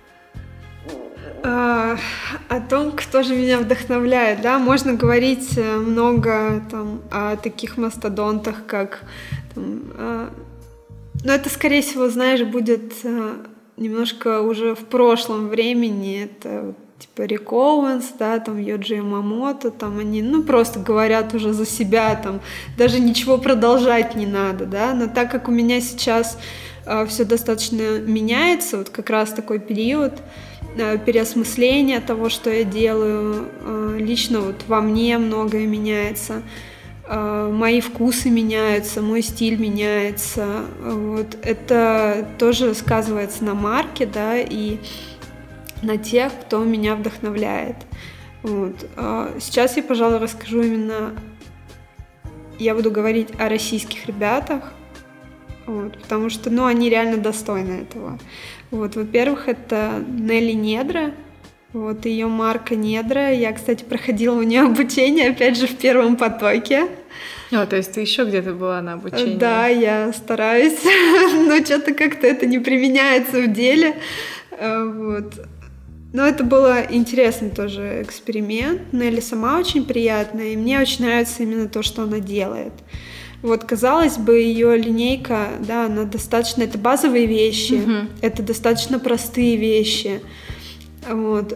О том, кто же меня вдохновляет, да, можно говорить много там о таких мастодонтах, как там, но это, скорее всего, знаешь, будет немножко уже в прошлом времени. Это типа Рик Оуэнс, да, там Йоджи Ямамото, там они, просто говорят уже за себя, там даже ничего продолжать не надо, да, но так как у меня сейчас все достаточно меняется, вот как раз такой период переосмысления того, что я делаю, лично вот во мне многое меняется, мои вкусы меняются, мой стиль меняется, вот это тоже сказывается на марке, да, и на тех, кто меня вдохновляет. Вот. Сейчас я, пожалуй, расскажу именно, я буду говорить о российских ребятах, вот, потому что, они реально достойны этого. Вот, во-первых, это Нелли Недра, вот, ее марка Недра. Я, кстати, проходила у нее обучение, опять же, в первом потоке. То есть ты еще где-то была на обучении? Да, я стараюсь, но что-то как-то это не применяется в деле, вот. Но это был интересный тоже эксперимент. Нелли сама очень приятная, и мне очень нравится именно то, что она делает. Вот, казалось бы, ее линейка, да, она достаточно, это базовые вещи, это достаточно простые вещи, вот,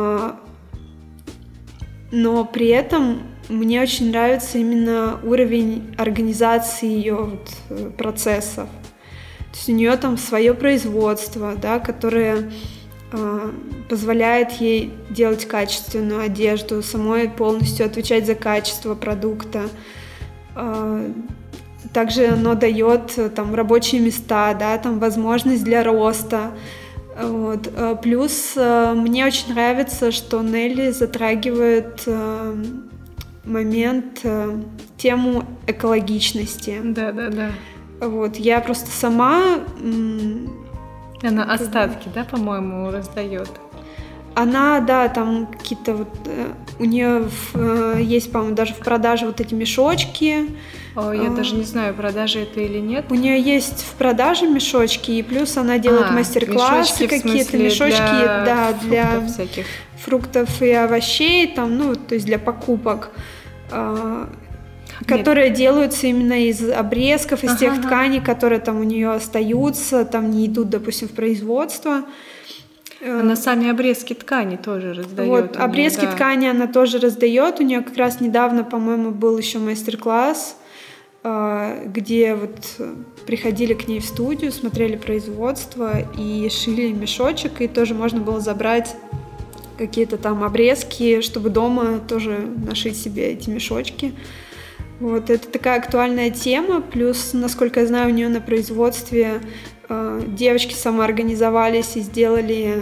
но при этом мне очень нравится именно уровень организации ее процессов. То есть у нее там свое производство, да, которое позволяет ей делать качественную одежду, самой полностью отвечать за качество продукта. Также оно дает там рабочие места, да, там возможность для роста. Вот. Плюс мне очень нравится, что Нелли затрагивает тему экологичности. Да. Вот. Я просто сама... Она остатки, да, по-моему, раздает? Она, да, там какие-то вот... У нее есть, по-моему, даже в продаже вот эти мешочки. Я даже не знаю, продажи это или нет. У нее есть в продаже мешочки, и плюс она делает мастер-классы какие-то, мешочки для всяких фруктов и овощей, там, ну, то есть для покупок, которые делаются именно из обрезков, из тех тканей, которые там у нее остаются, там не идут, допустим, в производство. Она сами обрезки ткани тоже раздает. Вот, обрезки ткани она тоже раздает. У нее как раз недавно, по-моему, был еще мастер-класс, где вот приходили к ней в студию, смотрели производство и шили мешочек, и тоже можно было забрать какие-то там обрезки, чтобы дома тоже нашить себе эти мешочки. Вот, это такая актуальная тема, плюс, насколько я знаю, у нее на производстве девочки самоорганизовались и сделали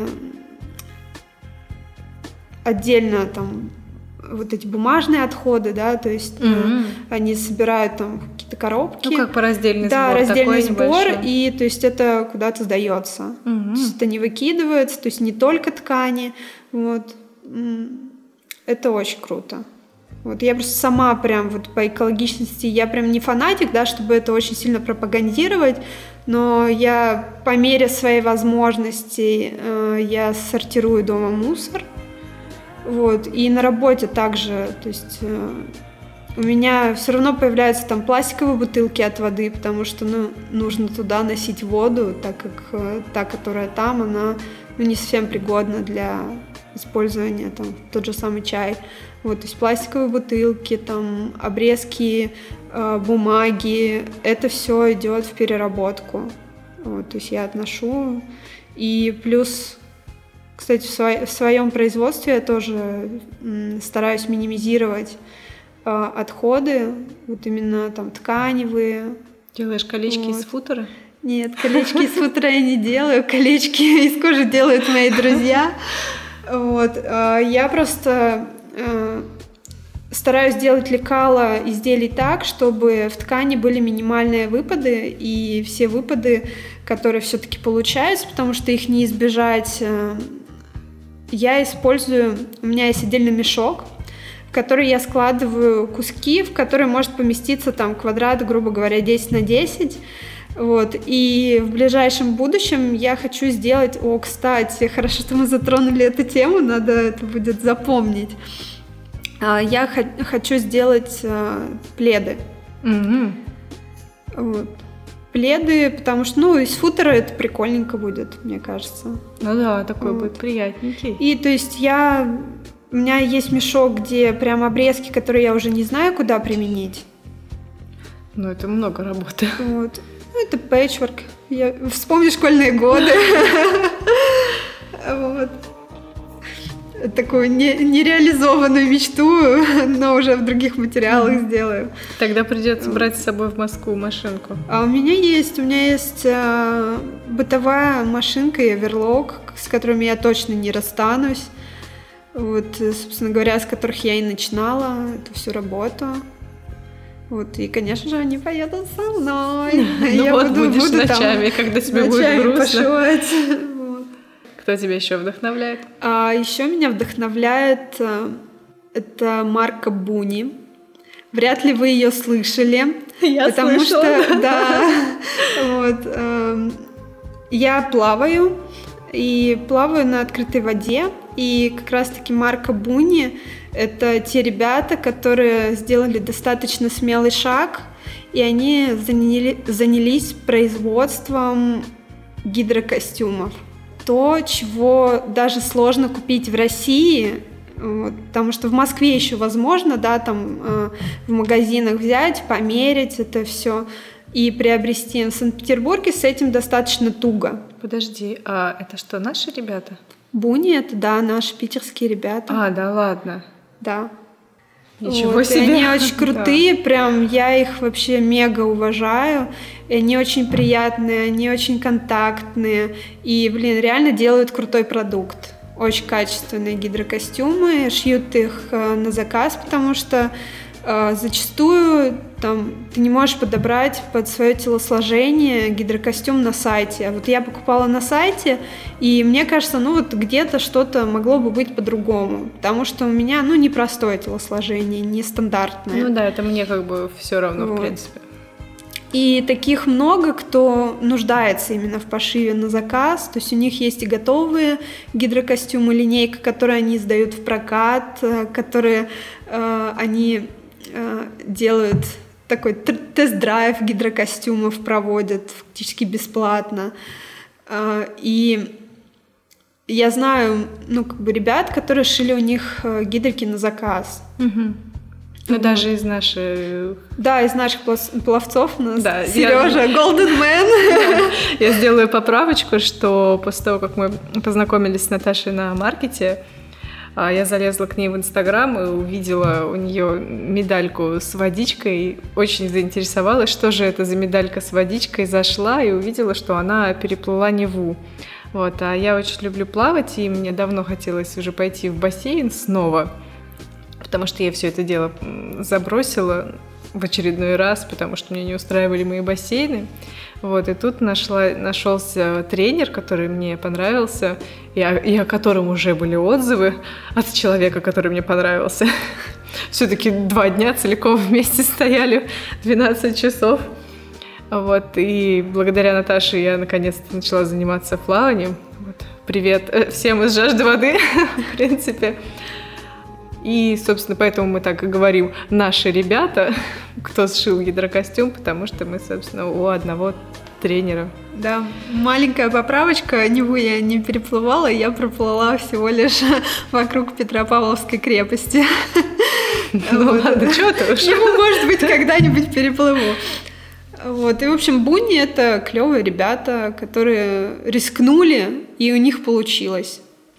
отдельно там вот эти бумажные отходы, да, то есть они собирают там какие-то коробки. Ну, как по раздельный сбор. Да, раздельный сбор, небольшой. И то есть это куда-то сдается. То есть это не выкидывается, то есть не только ткани. Вот. Это очень круто. Вот я просто сама прям вот по экологичности, я прям не фанатик, да, чтобы это очень сильно пропагандировать, но я по мере своей возможности я сортирую дома мусор. Вот, и на работе также, то есть у меня все равно появляются там пластиковые бутылки от воды, потому что, ну, нужно туда носить воду, так как та, которая там, она, ну, не совсем пригодна для использования, там, тот же самый чай. Вот, то есть пластиковые бутылки, там, обрезки, бумаги, это все идет в переработку. Вот, то есть я отношу. И плюс, кстати, в своем производстве я тоже стараюсь минимизировать отходы, вот именно там тканевые. Делаешь колечки из футера? Нет, колечки из футера я не делаю, колечки из кожи делают мои друзья. Вот, я просто стараюсь делать лекала изделий так, чтобы в ткани были минимальные выпады, и все выпады, которые все-таки получаются, потому что их не избежать, я использую, у меня есть отдельный мешок, в который я складываю куски, в которые может поместиться там квадрат, грубо говоря, 10 на 10. Вот. И в ближайшем будущем я хочу сделать... кстати, хорошо, что мы затронули эту тему, надо это будет запомнить. Я хочу сделать пледы. Вот. Пледы, потому что, ну, из футера это прикольненько будет, мне кажется. Ну да, такой будет приятненький. И то есть у меня есть мешок, где прям обрезки, которые я уже не знаю, куда применить. Ну, это много работы. Вот. Ну, это пэтчворк. Вспомни школьные годы. Вот. Такую нереализованную мечту, но уже в других материалах сделаю. Тогда придется брать с собой в Москву машинку. А у меня есть бытовая машинка и оверлок, с которыми я точно не расстанусь. Вот, собственно говоря, с которых я и начинала эту всю работу. Вот, и, конечно же, они поедут со мной. Ну вот, будешь ночами, когда тебе будет грустно. Кто тебя еще вдохновляет? Еще меня вдохновляет это марка Буни. Вряд ли вы ее слышали. Я потому слышала. Что, да, вот, я плаваю на открытой воде. И как раз-таки марка Буни — это те ребята, которые сделали достаточно смелый шаг, и они занялись производством гидрокостюмов. То, чего даже сложно купить в России, вот, потому что в Москве еще возможно, да, там в магазинах взять, померить это все и приобрести. В Санкт-Петербурге с этим достаточно туго. Подожди, а это что, наши ребята? Буни — это, да, наши питерские ребята. Да ладно? Да. Ничего себе. И они очень крутые, прям я их вообще мега уважаю. И они очень приятные, они очень контактные. И, реально делают крутой продукт. Очень качественные гидрокостюмы. Шьют их на заказ, потому что зачастую там ты не можешь подобрать под свое телосложение гидрокостюм на сайте. А вот я покупала на сайте, и мне кажется, где-то что-то могло бы быть по-другому, потому что у меня, непростое телосложение, нестандартное. Это мне как бы все равно, в принципе. И таких много, кто нуждается именно в пошиве на заказ. То есть у них есть и готовые гидрокостюмы, линейка, которые они сдают в прокат, которые они делают такой тест-драйв гидрокостюмов, проводят фактически бесплатно. И я знаю, ребят, которые шили у них гидрики на заказ. Даже из наших... Да, из наших пловцов у нас Сережа, Golden Man. Я сделаю поправочку, что после того, как мы познакомились с Наташей на маркете, я залезла к ней в Инстаграм и увидела у нее медальку с водичкой. Очень заинтересовалась, что же это за медалька с водичкой. Зашла и увидела, что она переплыла Неву. А я очень люблю плавать, и мне давно хотелось уже пойти в бассейн снова, потому что я все это дело забросила в очередной раз, потому что мне не устраивали мои бассейны. И тут нашелся тренер, который мне понравился, и о котором уже были отзывы от человека, который мне понравился. Все-таки 2 дня целиком вместе стояли, 12 часов. И благодаря Наташе я наконец-то начала заниматься плаванием. Привет всем из «Жажды воды», в принципе. И, собственно, поэтому мы так и говорим «наши ребята», кто сшил гидрокостюм, потому что мы, собственно, у одного тренера. Да, маленькая поправочка, Неву я не переплывала, я проплыла всего лишь вокруг Петропавловской крепости. Ладно, что ты уж. Неву, может быть, когда-нибудь переплыву. И, в общем, буни — это клевые ребята, которые рискнули, и у них получилось.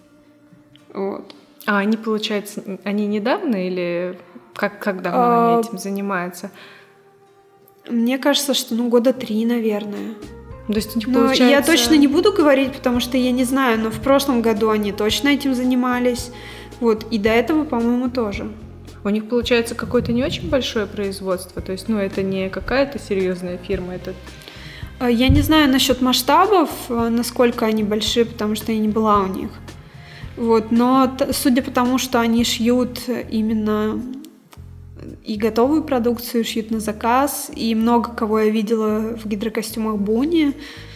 А они, получается, они недавно или как давно они этим занимаются? Мне кажется, что 3 года, наверное. То есть у них получается... Я точно не буду говорить, потому что я не знаю, но в прошлом году они точно этим занимались. И до этого, по-моему, тоже. У них получается какое-то не очень большое производство, то есть, это не какая-то серьезная фирма, это... Я не знаю насчет масштабов, насколько они большие, потому что я не была у них. Но судя по тому, что они шьют именно и готовую продукцию, шьют на заказ, и много кого я видела в гидрокостюмах буни,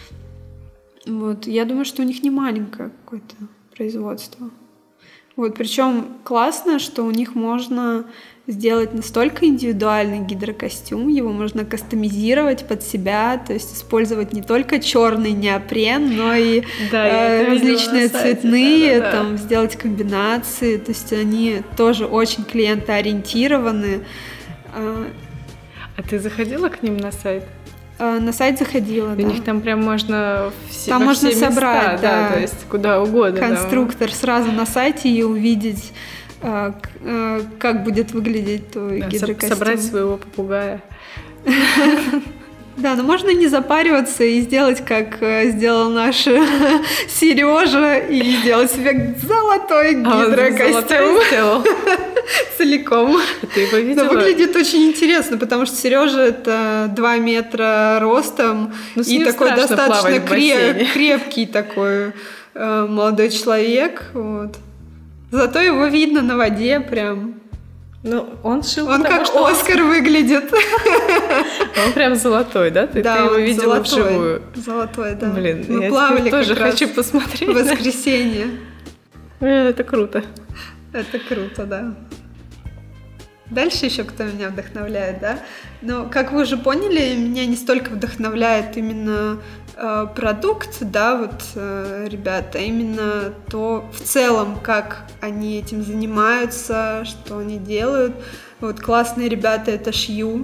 я думаю, что у них не маленькое какое-то производство. Причем классно, что у них можно сделать настолько индивидуальный гидрокостюм, его можно кастомизировать под себя, то есть использовать не только черный неопрен, но и различные цветные, там сделать комбинации, то есть они тоже очень клиентоориентированы. А ты заходила к ним на сайт? На сайт заходила, да. У них там прям можно все там можно собрать, места, то есть куда угодно. Конструктор сразу на сайте и увидеть, как будет выглядеть твой гидрокостюм. Собрать своего попугая. Да, но можно не запариваться и сделать, как сделал наш Сережа, и сделать себе золотой гидрокостюм. Целиком. Ты его видела? Но выглядит очень интересно, потому что Сережа это 2 метра ростом и такой достаточно крепкий такой молодой человек. Зато его видно на воде прям. Он шил, он как Оскар выглядит. Он прям золотой, да? Ты его видела вживую? Золотой, да. Блин, мы я плавали тоже как хочу посмотреть. В воскресенье. Это круто. Это круто, да. Дальше еще кто меня вдохновляет, да? Но, как вы уже поняли, меня не столько вдохновляет именно продукт, да, ребята, именно то в целом, как они этим занимаются, что они делают. Классные ребята — это Шью.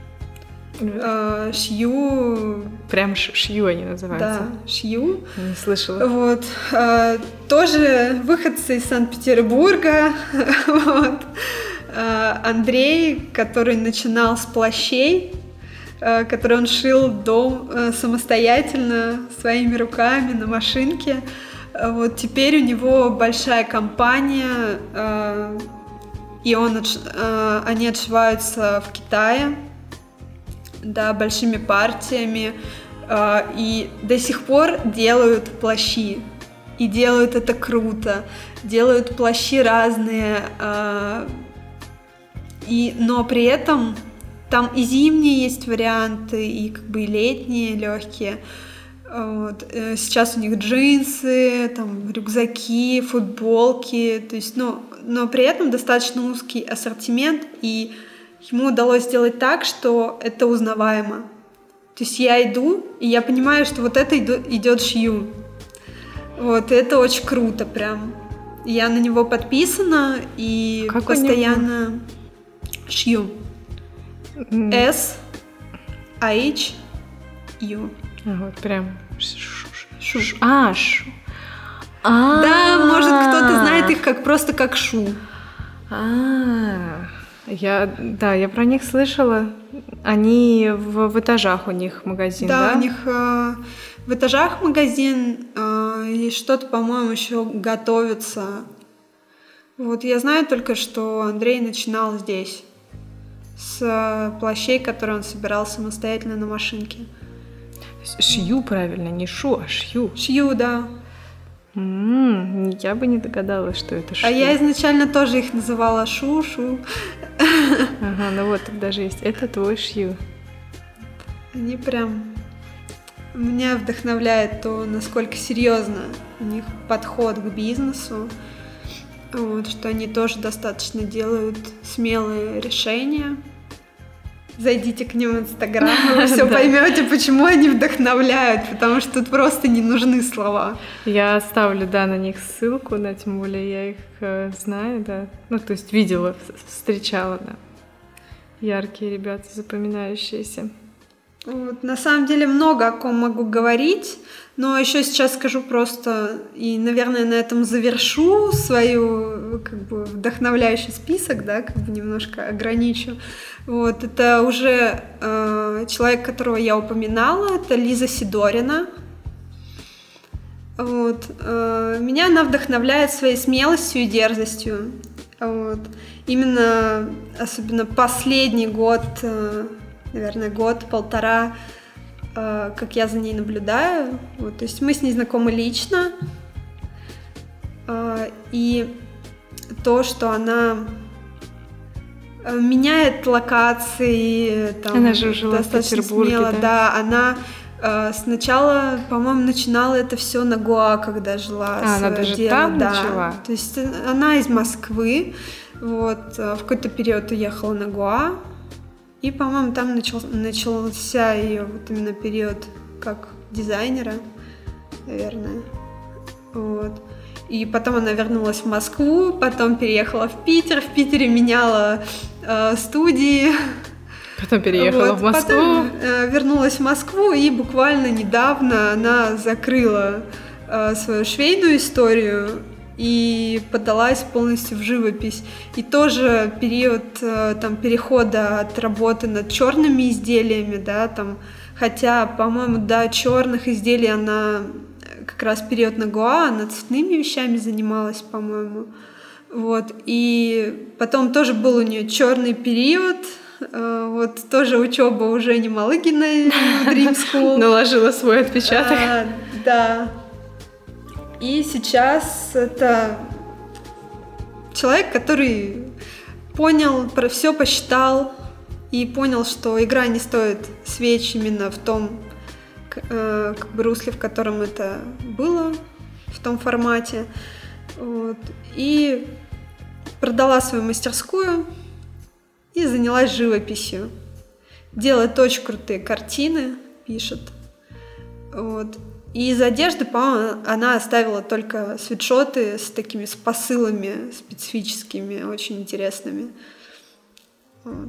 Шью... Прям Шью они называются? Да, Шью. Не слышала. Тоже выходцы из Санкт-Петербурга. Андрей, который начинал с плащей, который он шил самостоятельно, своими руками, на машинке. Теперь у него большая компания, и они отшиваются в Китае, да, большими партиями, и до сих пор делают плащи. И делают это круто, делают плащи разные, но при этом там и зимние есть варианты, и как бы и летние, легкие. Вот. Сейчас у них джинсы, там, рюкзаки, футболки, то есть, но при этом достаточно узкий ассортимент, и ему удалось сделать так, что это узнаваемо. То есть я иду, и я понимаю, что вот это идет шью. Вот, и это очень круто прям. Я на него подписана и как постоянно шью. S-H-U. Вот прям. Шу. Шу. Да, может, кто-то знает их просто как шу. Я про них слышала. Они в этажах у них магазин, да? Да, у них в этажах магазин, и что-то, по-моему, еще готовится. Вот я знаю только, что Андрей начинал здесь с плащей, которые он собирал самостоятельно на машинке. Шью, правильно, не шу, а шью. Шью, да. Я бы не догадалась, что это шью. А я изначально тоже их называла шу-шу. Ага, ну вот тут даже есть. Это твой шью. Они прям... Меня вдохновляет то, насколько серьезно у них подход к бизнесу. Вот, что они тоже достаточно делают смелые решения. Зайдите к ним в Инстаграм, и вы все поймете, почему они вдохновляют, потому что тут просто не нужны слова. Я оставлю, да, на них ссылку, да, тем более я их знаю, да. Ну, то есть видела, встречала, да. Яркие ребята, запоминающиеся. Вот, на самом деле много о ком могу говорить, но еще сейчас скажу просто, и, наверное, на этом завершу свою, как бы, вдохновляющий список, да, как бы немножко ограничу. Вот, это уже человек, которого я упоминала, это Лиза Сидорина. Вот, меня она вдохновляет своей смелостью и дерзостью. Вот. Именно, особенно последний год, наверное, год-полтора, как я за ней наблюдаю. Вот, то есть мы с ней знакомы лично. И то, что она меняет локации, там, она же жила в Петербурге, смело, да? Она сначала, по-моему, начинала это все на Гоа, когда жила. Она даже дело, там да. начала? То есть она из Москвы, вот, в какой-то период уехала на Гоа, и, по-моему, там начался ее вот именно период как дизайнера, наверное. Вот. И потом она вернулась в Москву, потом переехала в Питер, в Питере меняла студии. Потом переехала в Москву. Потом вернулась в Москву, и буквально недавно она закрыла свою швейную историю и подалась полностью в живопись. И тоже период там, перехода от работы над черными изделиями, да, там, хотя, по-моему, до черных изделий она как раз период на Гоа, она цветными вещами занималась, по-моему. Вот. И потом тоже был у нее черный период. Вот тоже учеба уже не Малыгиной в Dream School. Наложила свой отпечаток. Да. И сейчас это человек, который понял, все посчитал и понял, что игра не стоит свеч именно в том как бы русле, в котором это было, в том формате. Вот. И продала свою мастерскую и занялась живописью. Делает очень крутые картины, пишет. Вот. И из одежды, по-моему, она оставила только свитшоты с такими с посылами специфическими, очень интересными. Вот.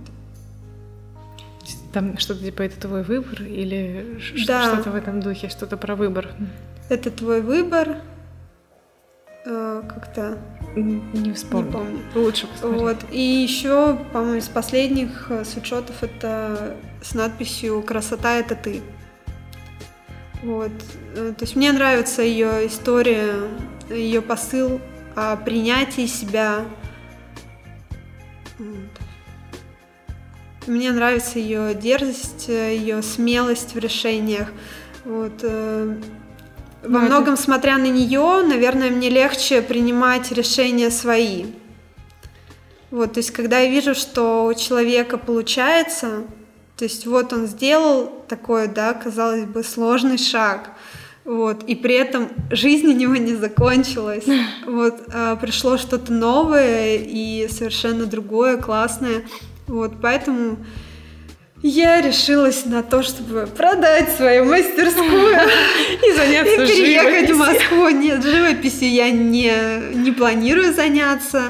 Там что-то типа «это твой выбор» или да. Что-то в этом духе, что-то про выбор? «Это твой выбор». Как-то... Не вспомню. Не помню. Лучше посмотреть. Вот. И еще, по-моему, из последних свитшотов это с надписью «Красота — это ты». Вот. То есть мне нравится ее история, ее посыл о принятии себя, Мне нравится ее дерзость, ее смелость в решениях. Вот. Во многом, смотря на нее, наверное, мне легче принимать решения свои. Вот, то есть, когда я вижу, что у человека получается, то есть, вот он сделал такой, да, казалось бы, сложный шаг, вот, и при этом жизнь у него не закончилась. Вот, пришло что-то новое и совершенно другое, классное. Вот, поэтому я решилась на то, чтобы продать свою мастерскую и заняться живописью. И переехать в Москву. Нет, живописью я не планирую заняться.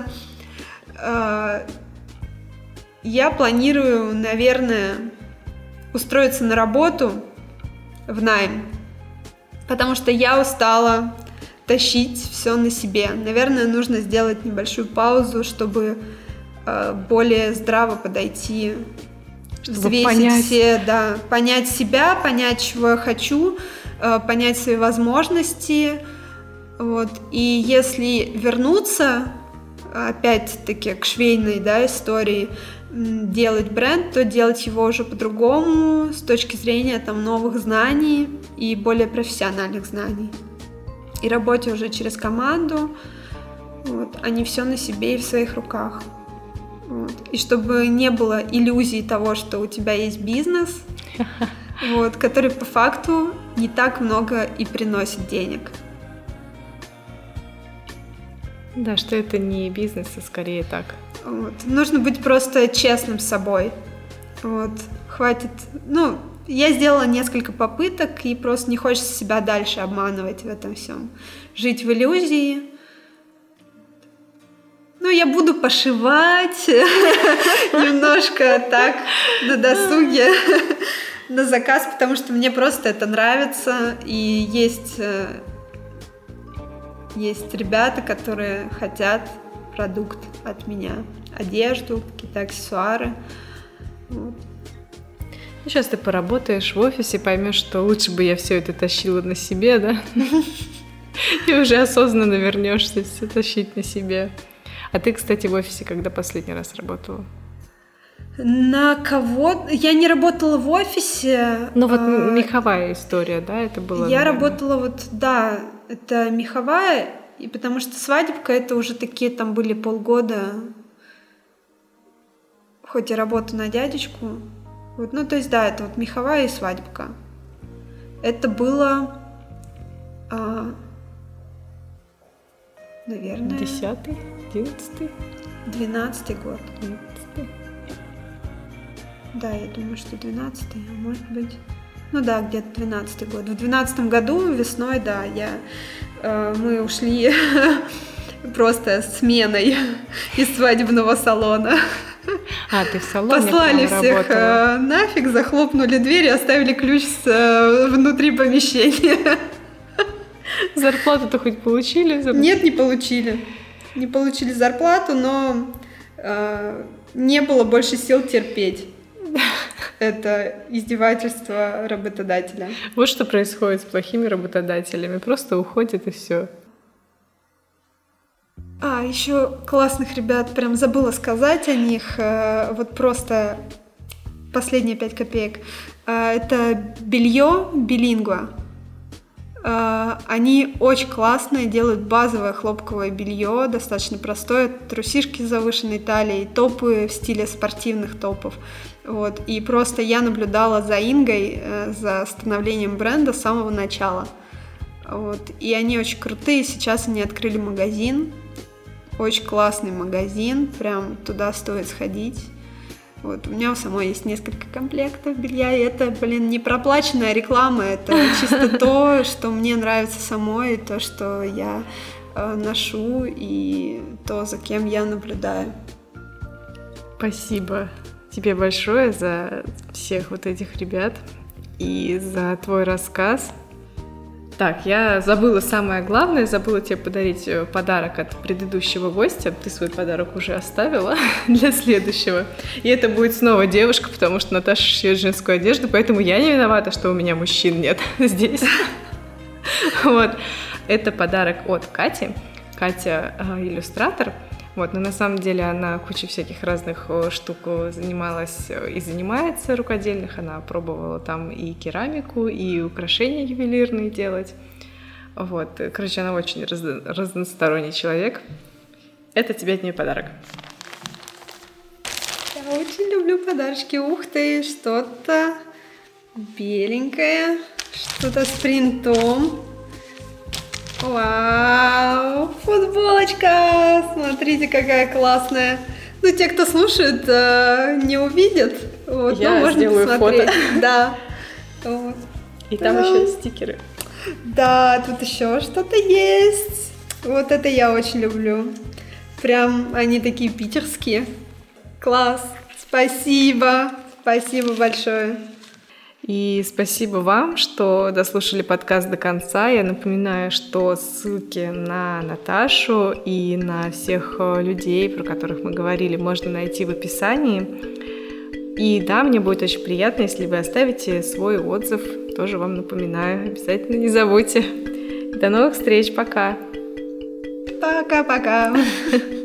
Я планирую, наверное, устроиться на работу в найм, потому что я устала тащить все на себе. Наверное, нужно сделать небольшую паузу, чтобы более здраво подойти, взвесить все, да, понять себя, понять, чего я хочу, понять свои возможности. Вот. И если вернуться опять-таки к швейной, да, истории, делать бренд, то делать его уже по-другому, с точки зрения там новых знаний и более профессиональных знаний. И работе уже через команду, вот, а не все на себе и в своих руках. Вот. И чтобы не было иллюзий того, что у тебя есть бизнес, вот, который по факту не так много и приносит денег. Да, что это не бизнес, а скорее так. Вот. Нужно быть просто честным с собой. Вот. Хватит. Ну, я сделала несколько попыток, и просто не хочется себя дальше обманывать в этом всем. Жить в иллюзии. Ну, я буду пошивать немножко так на досуге, на заказ, потому что мне просто это нравится. И есть ребята, которые хотят продукт от меня. Одежду, какие-то аксессуары. Вот. Сейчас ты поработаешь в офисе, поймешь, что лучше бы я все это тащила на себе, да? И уже осознанно вернешься все тащить на себе. А ты, кстати, в офисе когда последний раз работала? На кого? Я не работала в офисе. Ну вот меховая история, да, это было? Я работала да, это меховая, и потому что свадебка это уже такие там были полгода, хоть и работа на дядечку. Вот, ну то есть да, это вот меховая и свадебка. Это было, наверное... 10-й? 11-й? 12-й год. 12-й. Да, я думаю, что 12-й, а может быть... Ну да, где-то 12-й год. В 12-м году весной, да, мы ушли просто сменой из свадебного салона. А, ты в салоне послали всех работала. Нафиг, захлопнули дверь и оставили ключ внутри помещения. Зарплату-то хоть получили? Нет, не получили. Не получили зарплату, но не было больше сил терпеть. Это издевательство работодателя. Вот что происходит с плохими работодателями. Просто уходят и все. Еще классных ребят, прям забыла сказать о них. Вот просто последние 5 копеек. Это белье Билингва. Они очень классные, делают базовое хлопковое белье, достаточно простое, трусишки с завышенной талией, топы в стиле спортивных топов. Вот. И просто я наблюдала за Ингой, за становлением бренда с самого начала. Вот. И они очень крутые, сейчас они открыли магазин, очень классный магазин, прям туда стоит сходить. Вот, у меня у самой есть несколько комплектов белья, и это, не проплаченная реклама, это чисто то, что мне нравится самой, то, что я ношу, и то, за кем я наблюдаю. Спасибо тебе большое за всех вот этих ребят и за твой рассказ. Так, я забыла самое главное, забыла тебе подарить подарок от предыдущего гостя. Ты свой подарок уже оставила для следующего. И это будет снова девушка, потому что Наташа шьет женскую одежду, поэтому я не виновата, что у меня мужчин нет здесь. Вот. Это подарок от Кати. Катя иллюстратор. Вот, но на самом деле она кучей всяких разных штук занималась и занимается рукодельных. Она пробовала там и керамику, и украшения ювелирные делать. Вот, короче, она очень разносторонний человек. Это тебе от нее подарок. Я очень люблю подарочки. Ух ты, что-то беленькое, что-то с принтом. Вау, футболочка! Смотрите, какая классная. Ну, те, кто слушает, не увидят. Вот, я можно сделаю посмотреть. фото. Да. Вот. И там еще стикеры. Да, тут еще что-то есть. Вот это я очень люблю. Прям они такие питерские. Класс. Спасибо. Спасибо большое. И спасибо вам, что дослушали подкаст до конца. Я напоминаю, что ссылки на Наташу и на всех людей, про которых мы говорили, можно найти в описании. И да, мне будет очень приятно, если вы оставите свой отзыв. Тоже вам напоминаю, обязательно не забудьте. До новых встреч, пока! Пока-пока!